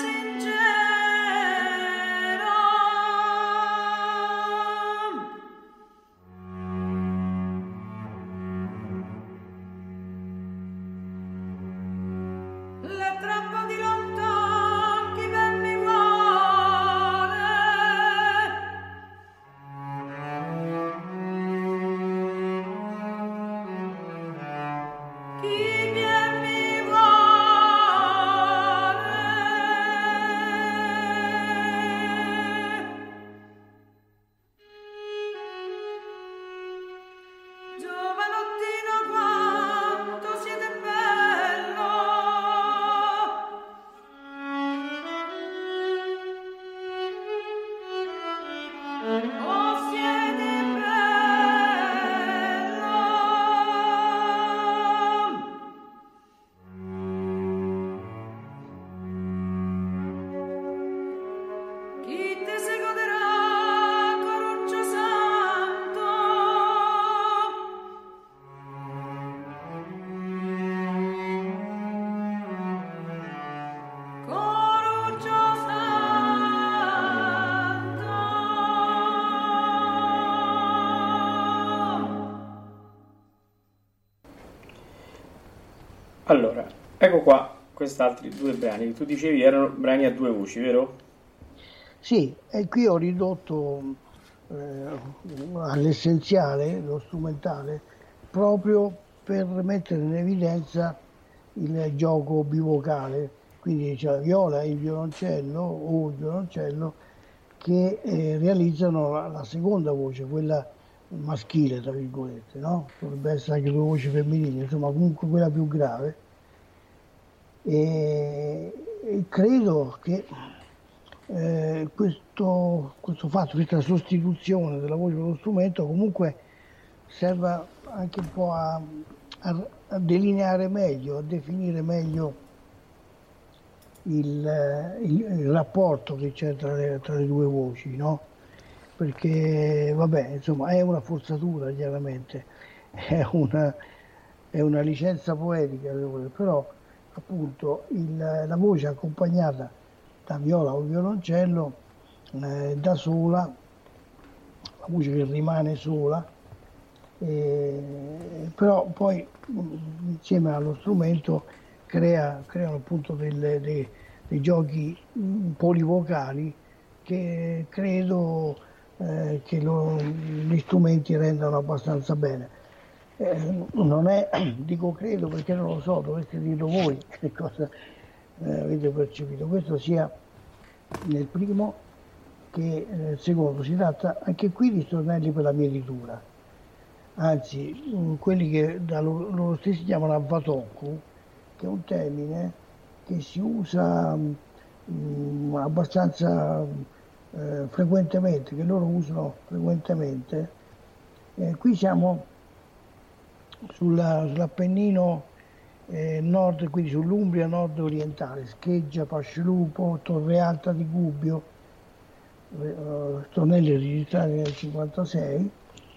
sincero, le troppo di lontan chi ben mi vuole, chi bien mi vuole. Giovanottino, quanto siete bello, oh siete bello, chi te se goderà, Coruccio santo, Coruccio santo. Allora, ecco qua quest'altri due brani che tu dicevi erano brani a due voci, vero? Sì, e qui ho ridotto eh, all'essenziale, lo strumentale, proprio per mettere in evidenza il gioco bivocale, quindi c'è la viola e il violoncello o il violoncello che eh, realizzano la, la seconda voce, quella maschile, tra virgolette, no? Potrebbe essere anche due voci femminili, insomma comunque quella più grave. E, e credo che eh, questo, questo fatto, questa sostituzione della voce dello strumento comunque serva anche un po' a, a, a delineare meglio, a definire meglio il, il, il rapporto che c'è tra le, tra le due voci, no? Perché vabbè, insomma, è una forzatura chiaramente, è una, è una licenza poetica, però appunto il, la voce accompagnata da viola o violoncello eh, da sola, la voce che rimane sola, eh, però poi insieme allo strumento crea, creano appunto delle, dei, dei giochi polivocali che credo eh, che lo, gli strumenti rendano abbastanza bene. Eh, non è, dico credo perché non lo so, dovreste dirlo voi che cosa eh, avete percepito. Questo sia nel primo che nel secondo. Si tratta anche qui di stornelli per la mietitura, anzi mh, quelli che da loro, loro stessi chiamano avvatoccu, che è un termine che si usa mh, abbastanza eh, frequentemente, che loro usano frequentemente. Eh, qui siamo sulla, sull'Appennino eh, nord, quindi sull'Umbria nord-orientale, Scheggia, Pascilupo, Torre Alta di Gubbio, eh, stornelli registrati nel cinquantasei.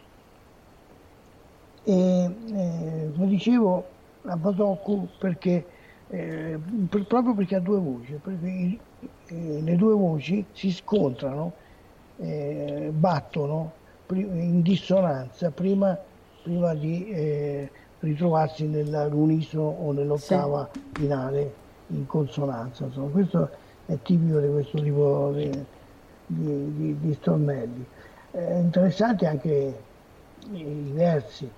E eh, come dicevo, avvatoccu perché eh, per, proprio perché ha due voci, perché eh, le due voci si scontrano, eh, battono in dissonanza prima, prima di eh, ritrovarsi nell'unisono o nell'ottava sì. finale in consonanza. Insomma, questo è tipico di questo tipo di, di, di, di stornelli. È interessante anche i versi.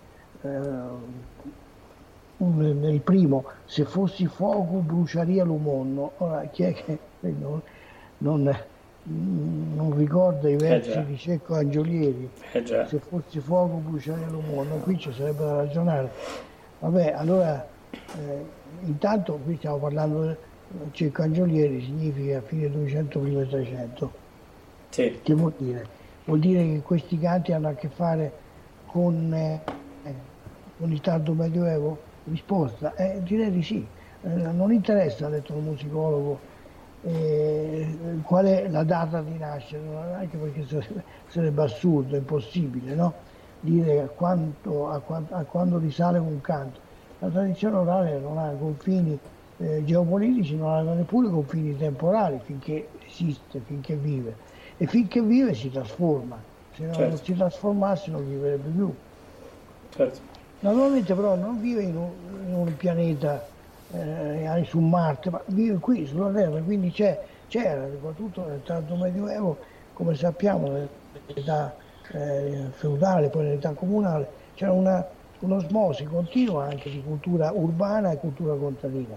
Nel primo, se fossi fuoco bruciaria l'umonno. Ora chi è che non, non, mh, non ricorda i versi già. di Cecco Angiolieri, Eh già. se fossi fuoco bruciare l'uomo, qui ci sarebbe da ragionare. Vabbè, allora eh, intanto qui stiamo parlando di Cecco Angiolieri, significa fine duecento prima trecento. Sì. Che vuol dire? Vuol dire che questi canti hanno a che fare con, eh, con il tardo medioevo? Risposta, eh, direi di sì. Eh, non interessa all'etnomusicologo eh, qual è la data di nascita, anche perché sarebbe, sarebbe assurdo, impossibile, no? Dire a, quanto, a, quanto, a quando risale un canto. La tradizione orale non ha confini eh, geopolitici, non ha neppure confini temporali finché esiste, finché vive. E finché vive si trasforma, se non, Certo. non si trasformasse non viverebbe più. Certo. Naturalmente però non vive in un, in un pianeta eh, su Marte, ma vive qui sulla Terra, quindi c'è, c'era, soprattutto nel tardo medioevo, come sappiamo, nell'età eh, feudale, poi nell'età comunale, c'era una, un'osmosi continua anche di cultura urbana e cultura contadina.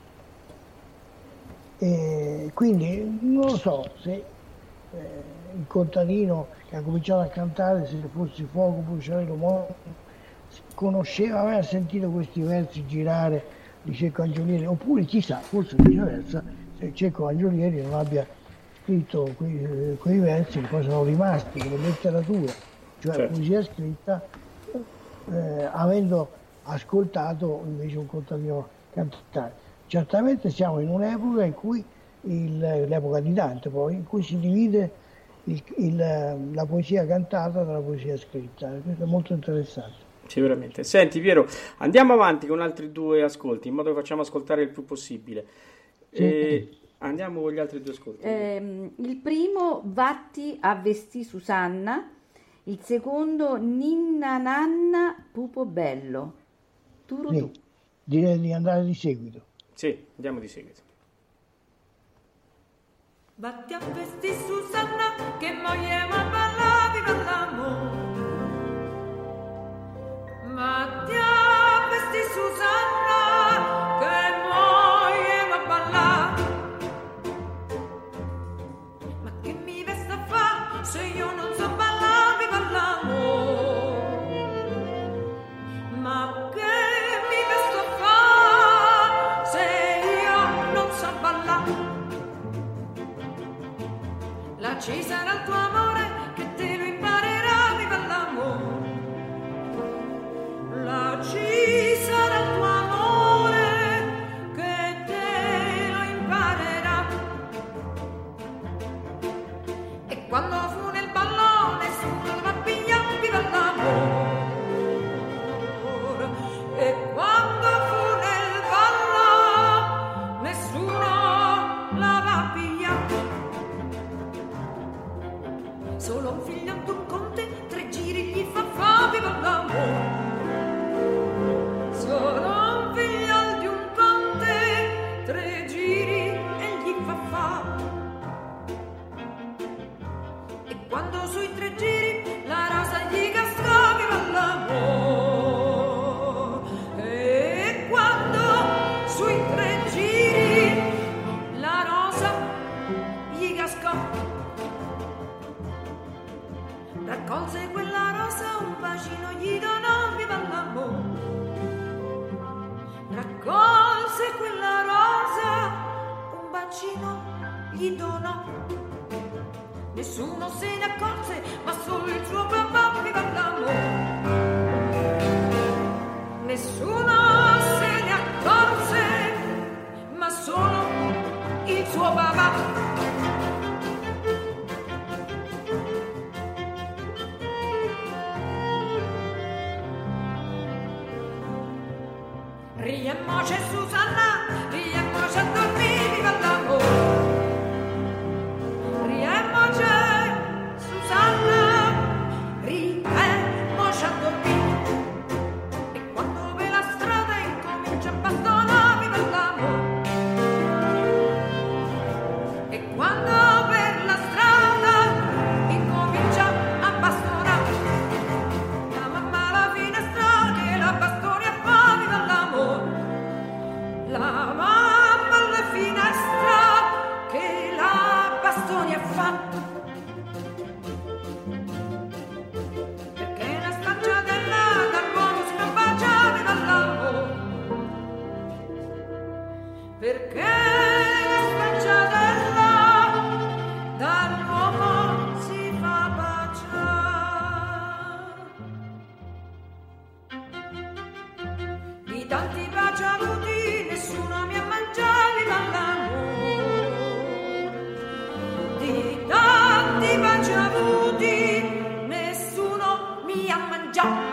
E quindi non lo so se Eh, il contadino che ha cominciato a cantare se fossi fuoco bruciare l'uomo conosceva, aveva sentito questi versi girare di Cecco Angiolieri, oppure chissà, forse viceversa, se Cecco Angiolieri non abbia scritto quei, quei versi che poi sono rimasti come letteratura, cioè Certo. poesia scritta, eh, avendo ascoltato invece un contadino cantare. Certamente siamo in un'epoca in cui Il, l'epoca di Dante poi, in cui si divide il, il, la poesia cantata dalla poesia scritta. Questo è molto interessante. Sicuramente. Senti Piero, andiamo avanti con altri due ascolti, in modo che facciamo ascoltare il più possibile. Sì. E andiamo con gli altri due ascolti. Eh, il primo, Vatti a vestì Susanna, il secondo, Ninna Nanna Pupo Bello. Turu Sì, tu. direi di andare di seguito. Sì, andiamo di seguito. Vatti a vestì Susanna, che moglie ma ballavi ballamo. Vatti a vestì Susanna, che moglie ma ballavi. Ma che mi vesta a fa, se io non so ballavi ballamo. Ma che mi vesta a fa, se io non so ballare. La ci sarà il tuo amore che te lo imparerà, viva l'amore. La ci sarà il tuo amore che te lo imparerà. E quando fu nel ballo nessuno va a pigliare, viva l'amore. E quando fu nel ballo nessuno la va a pigliare. Solo un figlio ad un conte, tre giri gli fa fa, viva l'amore. Solo un figlio di un conte, tre giri e gli fa fa. E quando sui tre giri la rosa gli casca, viva l'amore. E quando sui tre giri la rosa gli casca, raccolse quella rosa, un bacino gli donò, viva l'amore. Raccolse quella rosa, un bacino gli donò. Nessuno se ne accorse, ma solo il suo papà, viva l'amore. Nessuno se ne accorse, ma solo il suo papà. Riemmoce Susanna, riemmoce a dormire, viva l'amore. Riemmoce Susanna, riemmoce a dormire. E quando per la strada incomincia a bastonare, viva l'amore. E quando per la strada incomincia a bastonare, la mamma alla finestra che la bastoni a fa, viva l'amore. La perché la spacciatella dall'uomo si fa baciare. Di tanti baci avuti nessuno mi ha mangiato dall'amore, di tanti baci avuti nessuno mi ha mangiato.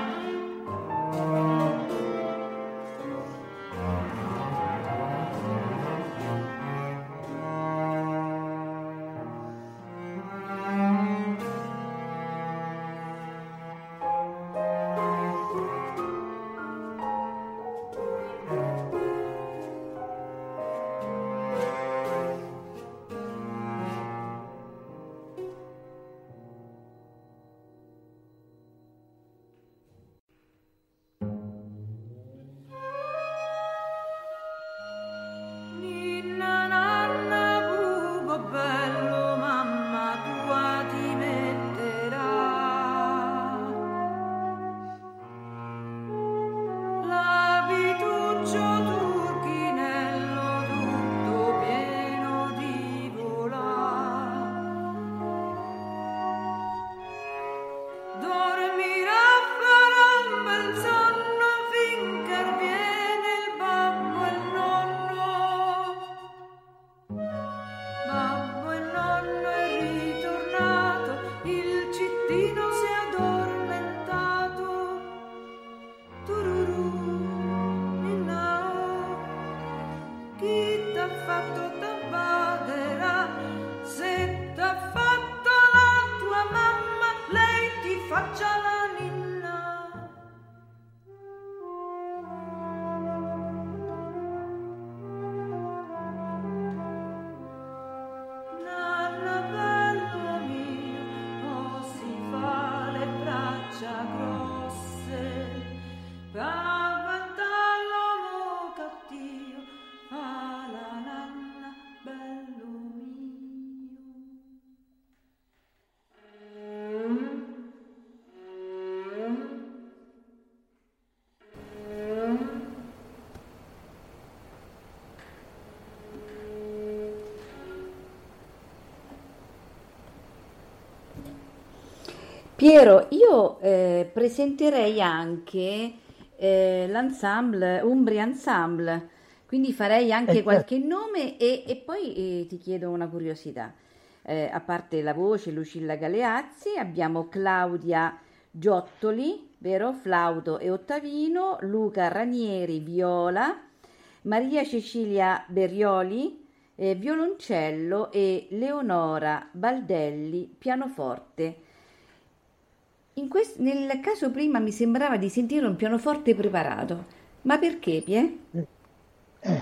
Piero, io eh, presenterei anche eh, l'ensemble, Umbria Ensemble, quindi farei anche Eh, qualche nome e, e poi eh, ti chiedo una curiosità. Eh, a parte la voce Lucilla Galeazzi, abbiamo Claudia Giottoli, vero? Flauto e ottavino, Luca Ranieri, viola, Maria Cecilia Berioli, eh, violoncello e Leonora Baldelli, pianoforte. In quest- nel caso prima mi sembrava di sentire un pianoforte preparato, ma perché, Pie? Eh,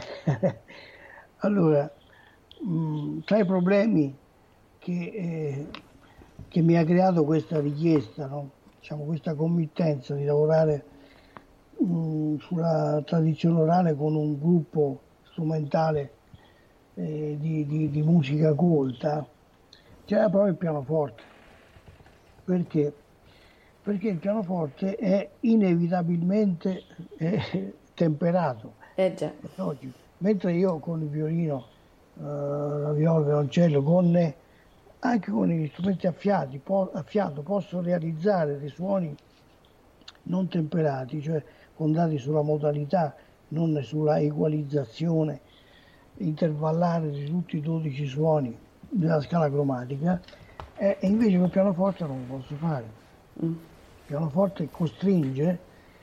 allora, mh, tra i problemi che, eh, che mi ha creato questa richiesta, no? Diciamo, questa committenza di lavorare mh, sulla tradizione orale con un gruppo strumentale eh, di, di- di musica colta, c'era proprio il pianoforte. Perché? Perché il pianoforte è inevitabilmente eh, temperato. Eh già. Oggi, mentre io con il violino, eh, la viola, il violoncello, con, eh, anche con gli strumenti a, fiati, po- a fiato posso realizzare dei suoni non temperati, cioè fondati sulla modalità, non sulla equalizzazione intervallare di tutti i dodici suoni della scala cromatica, eh, e invece col pianoforte non lo posso fare. Mm. Il pianoforte costringe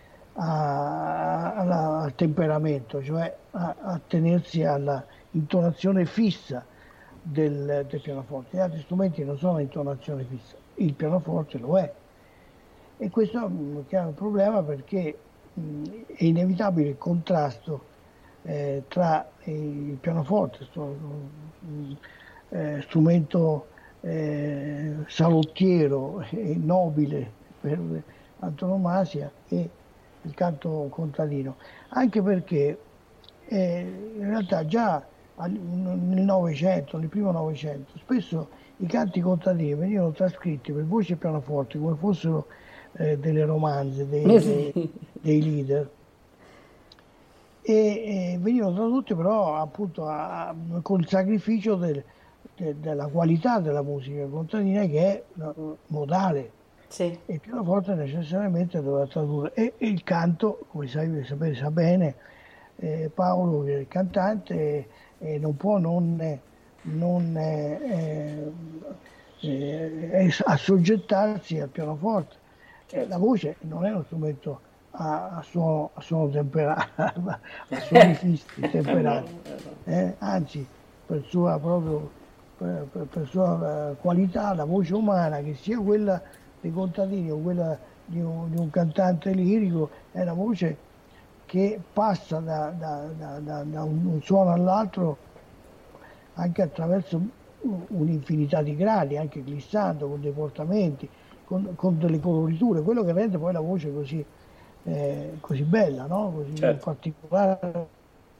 a- alla- al temperamento, cioè a, a tenersi alla intonazione fissa del, del pianoforte. Gli altri strumenti non sono a intonazione fissa, il pianoforte lo è. E questo mh, è un problema perché mh, è inevitabile il contrasto eh, tra il pianoforte, sto- mh, eh, strumento eh, salottiero e nobile per antonomasia, e il canto contadino, anche perché eh, in realtà già al- nel Novecento, nel primo Novecento, spesso i canti contadini venivano trascritti per voce e pianoforte come fossero eh, delle romanze, dei, dei, dei leader, e, e venivano tradotti però appunto a, a, con il sacrificio del, de, della qualità della musica contadina, che è modale. Sì. E il pianoforte necessariamente doveva tradurre, e, e il canto, come sai, sapete, sa bene eh, Paolo, che è il cantante, eh, non può non, non eh, eh, assoggettarsi al pianoforte. Eh, la voce non è uno strumento a, a, suono, a suono temperato, a suoni fissi, temperati, eh, anzi per sua, proprio, per, per, per sua uh, qualità, la voce umana, che sia quella dei contadini o quella di un, di un cantante lirico, è una voce che passa da, da, da, da, da un, un suono all'altro anche attraverso un'infinità di gradi, anche glissando, con dei portamenti, con, con delle coloriture, quello che rende poi la voce così, eh, così bella, no? Così certo. particolare,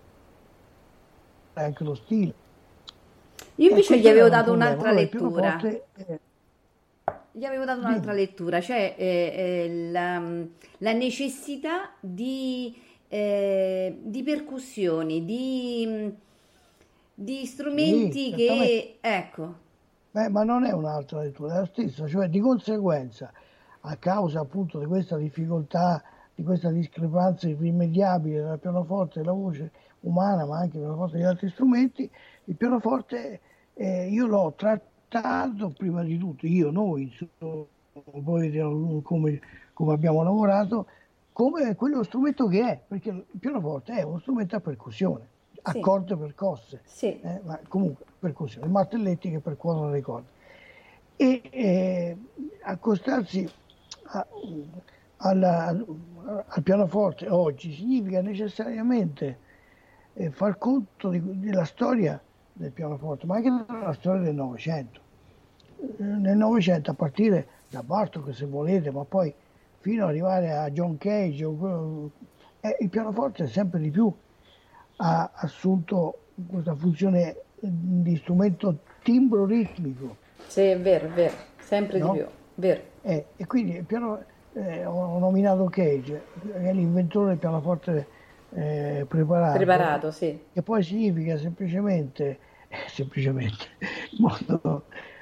anche lo stile. Io invece gli avevo dato un un'altra lettura. Pianoforte, Gli avevo dato un'altra lettura, cioè eh, eh, la, la necessità di, eh, di percussioni, di, di strumenti sì, che, ecco. Beh, ma non è un'altra lettura, è la stessa, cioè di conseguenza, a causa appunto di questa difficoltà, di questa discrepanza irrimediabile tra il pianoforte e la voce umana, ma anche il pianoforte e gli altri strumenti, il pianoforte eh, io l'ho trattato prima di tutto, io, noi, insomma, poi vediamo come, come abbiamo lavorato, come quello strumento che è, perché il pianoforte è uno strumento a percussione, a Sì. corde percosse, Sì. eh, ma comunque percussione, martelletti che percuotono le corde. E eh, accostarsi a, alla, al pianoforte oggi significa necessariamente eh, far conto di, della storia del pianoforte, ma anche della storia del Novecento. Eh, nel Novecento, a partire da Bartók, se volete, ma poi fino ad arrivare a John Cage, eh, il pianoforte sempre di più ha assunto questa funzione di strumento timbro ritmico. Sì, è vero, è vero, sempre no? di più, vero. Eh, e quindi il piano, eh, ho nominato Cage, è l'inventore del pianoforte eh, preparato. Preparato, sì. Che poi significa semplicemente, eh, semplicemente, in modo,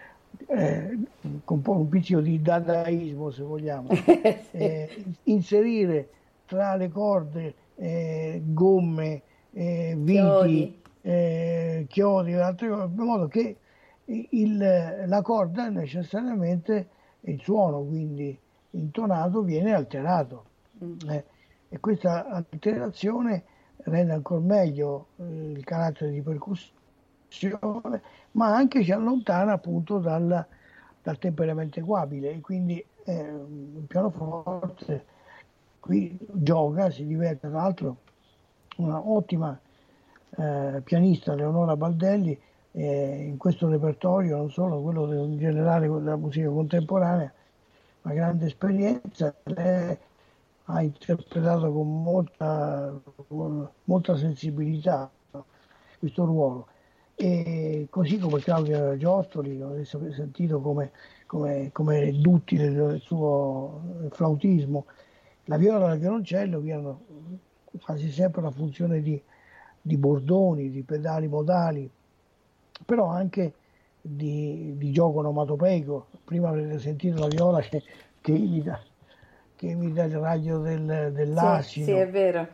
eh, con un po' un pizzico di dadaismo, se vogliamo, Sì. eh, inserire tra le corde eh, gomme, eh, viti, Chiodi. eh, chiodi e altre cose, in modo che il, la corda necessariamente, il suono quindi intonato, viene alterato. Mm. Eh, e questa alterazione rende ancora meglio eh, il carattere di percussione, ma anche ci allontana appunto dal, dal temperamento equabile, e quindi eh, il pianoforte qui gioca, si diverte. Tra l'altro una ottima eh, pianista, Leonora Baldelli, eh, in questo repertorio, non solo quello del, in generale della musica contemporanea, una grande esperienza. Lei ha interpretato con molta, con molta sensibilità questo ruolo, e così come Claudia Giottoli, avete sentito come, come, come duttile del suo flautismo. La viola e il violoncello che hanno quasi sempre la funzione di, di bordoni, di pedali modali, però anche di, di gioco onomatopeico. Prima avrete sentito la viola che, che imita che imita il raglio del, dell'asino. Sì, sì, è vero.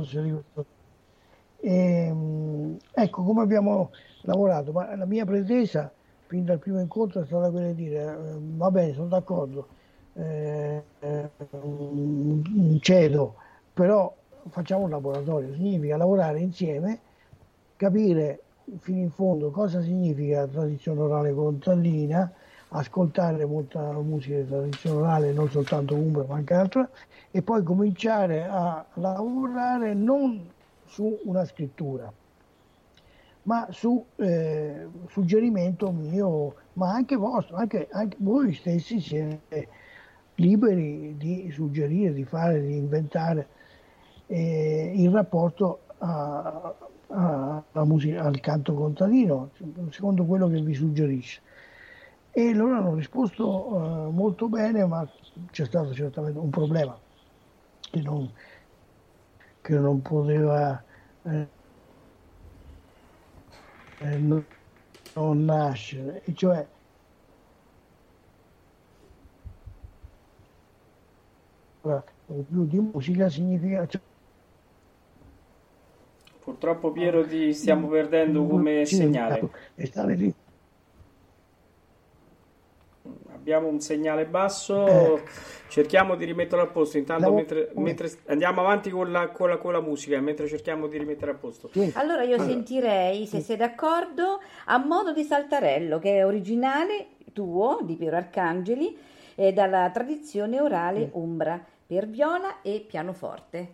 E, ecco come abbiamo lavorato, ma la mia pretesa fin dal primo incontro è stata quella di dire eh, va bene, sono d'accordo, eh, eh, cedo, però facciamo un laboratorio, significa lavorare insieme, capire fino in fondo cosa significa tradizione orale contadina, ascoltare molta musica di tradizione orale, non soltanto umbra ma anche altra, e poi cominciare a lavorare non su una scrittura, ma su eh, suggerimento mio, ma anche vostro, anche, anche voi stessi siete liberi di suggerire, di fare, di inventare eh, in rapporto a, a, a musica, al canto contadino, secondo quello che vi suggerisce. E loro hanno risposto uh, molto bene, ma c'è stato certamente un problema che non, che non poteva eh, eh, non, non nascere, e cioè più di musica significa, cioè, Purtroppo Piero ti stiamo perdendo come segnale. e stare lì. Abbiamo un segnale basso, Eh. cerchiamo di rimetterlo a posto. Intanto Andiamo- mentre, mentre andiamo avanti con la, con la- con la musica, mentre cerchiamo di rimettere a posto. Sì. Allora io Allora. sentirei, se sei d'accordo, a modo di saltarello, che è originale tuo, di Piero Arcangeli, e dalla tradizione orale umbra, per viola e pianoforte.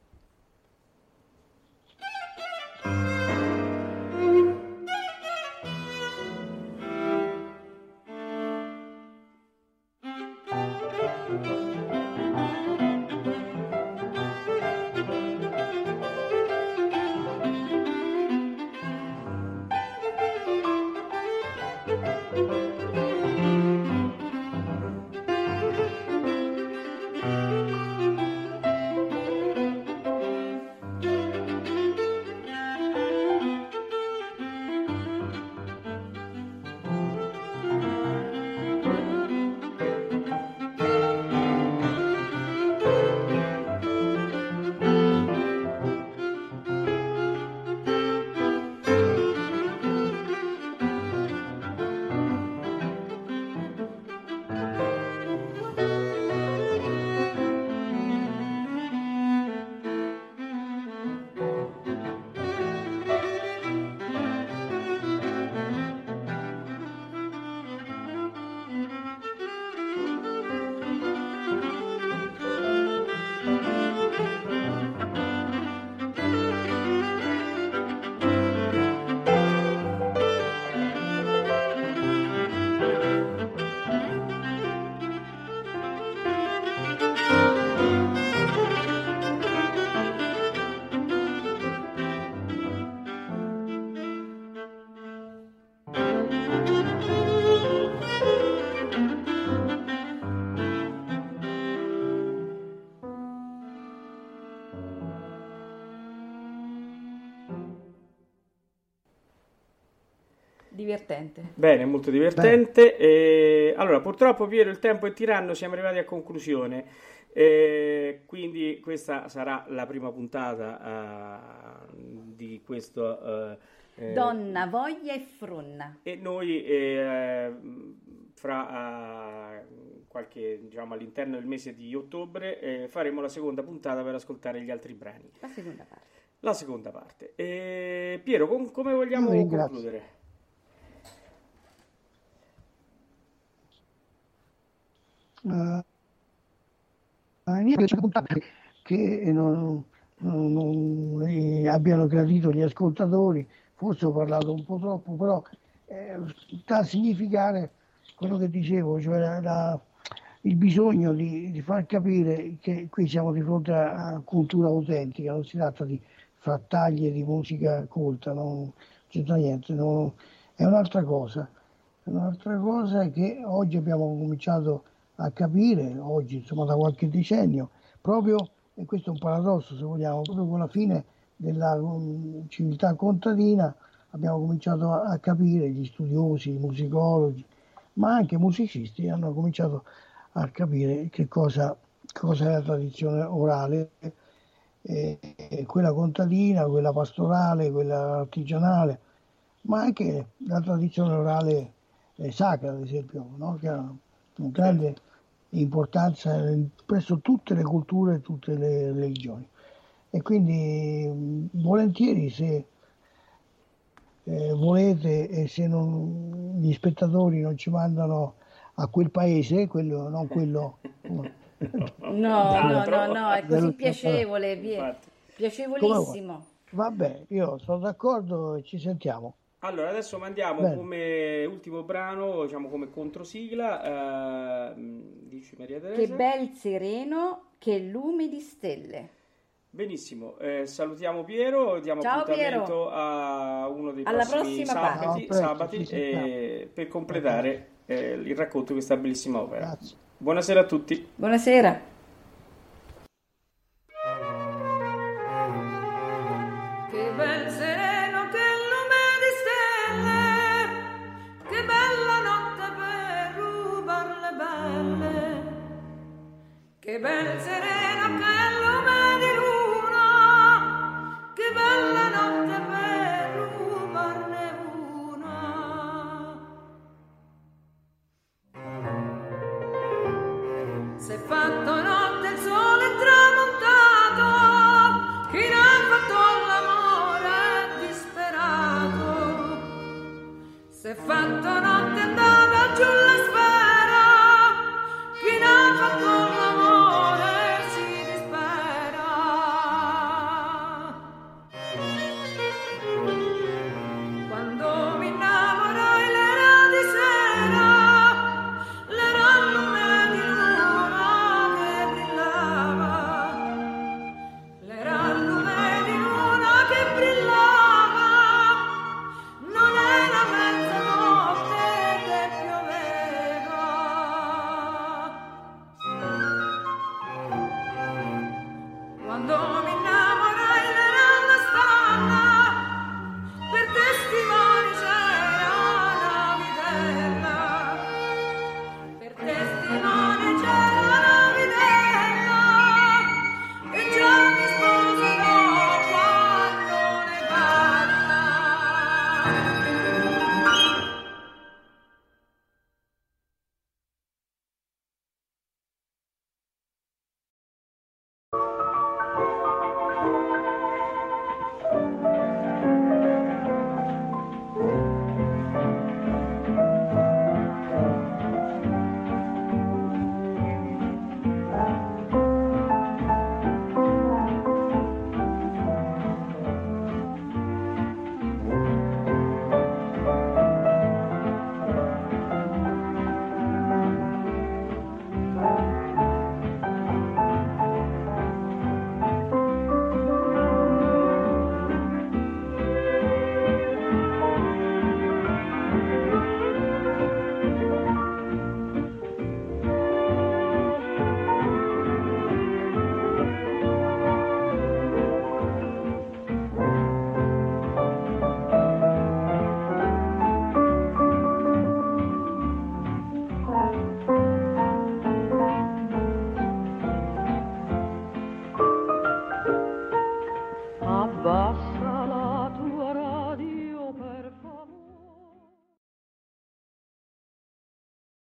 Divertente. Bene, molto divertente. E, allora, purtroppo Piero, il tempo è tiranno, siamo arrivati a conclusione. E quindi questa sarà la prima puntata uh, di questo uh, eh, Donna, voglia e fronna. e noi eh, fra uh, qualche, diciamo, all'interno del mese di ottobre eh, faremo la seconda puntata per ascoltare gli altri brani. La seconda parte. La seconda parte. E, Piero, com- come vogliamo Io ringrazio. concludere? Uh, niente, che non, non- non li abbiano gradito gli ascoltatori, forse ho parlato un po' troppo, però eh, sta a significare quello che dicevo, cioè la- la- il bisogno di, di far capire che qui siamo di fronte a, a cultura autentica, non si tratta di frattaglie di musica colta, non c'entra niente, non- è un'altra cosa. È un'altra cosa che oggi abbiamo cominciato a capire, oggi insomma da qualche decennio, proprio, e questo è un paradosso se vogliamo, proprio con la fine della um, civiltà contadina abbiamo cominciato a, a capire, gli studiosi, i musicologi, ma anche i musicisti hanno cominciato a capire che cosa, cosa è la tradizione orale, eh, eh, quella contadina, quella pastorale, quella artigianale, ma anche la tradizione orale eh, sacra, ad esempio, no? Che ha una grande importanza in- presso tutte le culture e tutte le religioni. E quindi mh, volentieri, se eh, volete, e se non- gli spettatori non ci mandano a quel paese, quello, non quello... No, no, no, no, è così Dello- piacevole, vie- Infatti. piacevolissimo. Vabbè, io sono d'accordo e ci sentiamo. Allora, adesso mandiamo Bene. come ultimo brano, diciamo come controsigla, eh, dici Maria Che Teresa. bel sereno, che lume di stelle. Benissimo, eh, salutiamo Piero, diamo Ciao, appuntamento Piero. a uno dei Alla prossimi prossima parte. sabati, No, presto, sabati ci sentiamo. eh, per completare eh, il racconto di questa bellissima opera. Grazie. Buonasera a tutti. Buonasera. che bel sereno, che lume di stelle, che bella notte per rubar le belle, che bel sereno.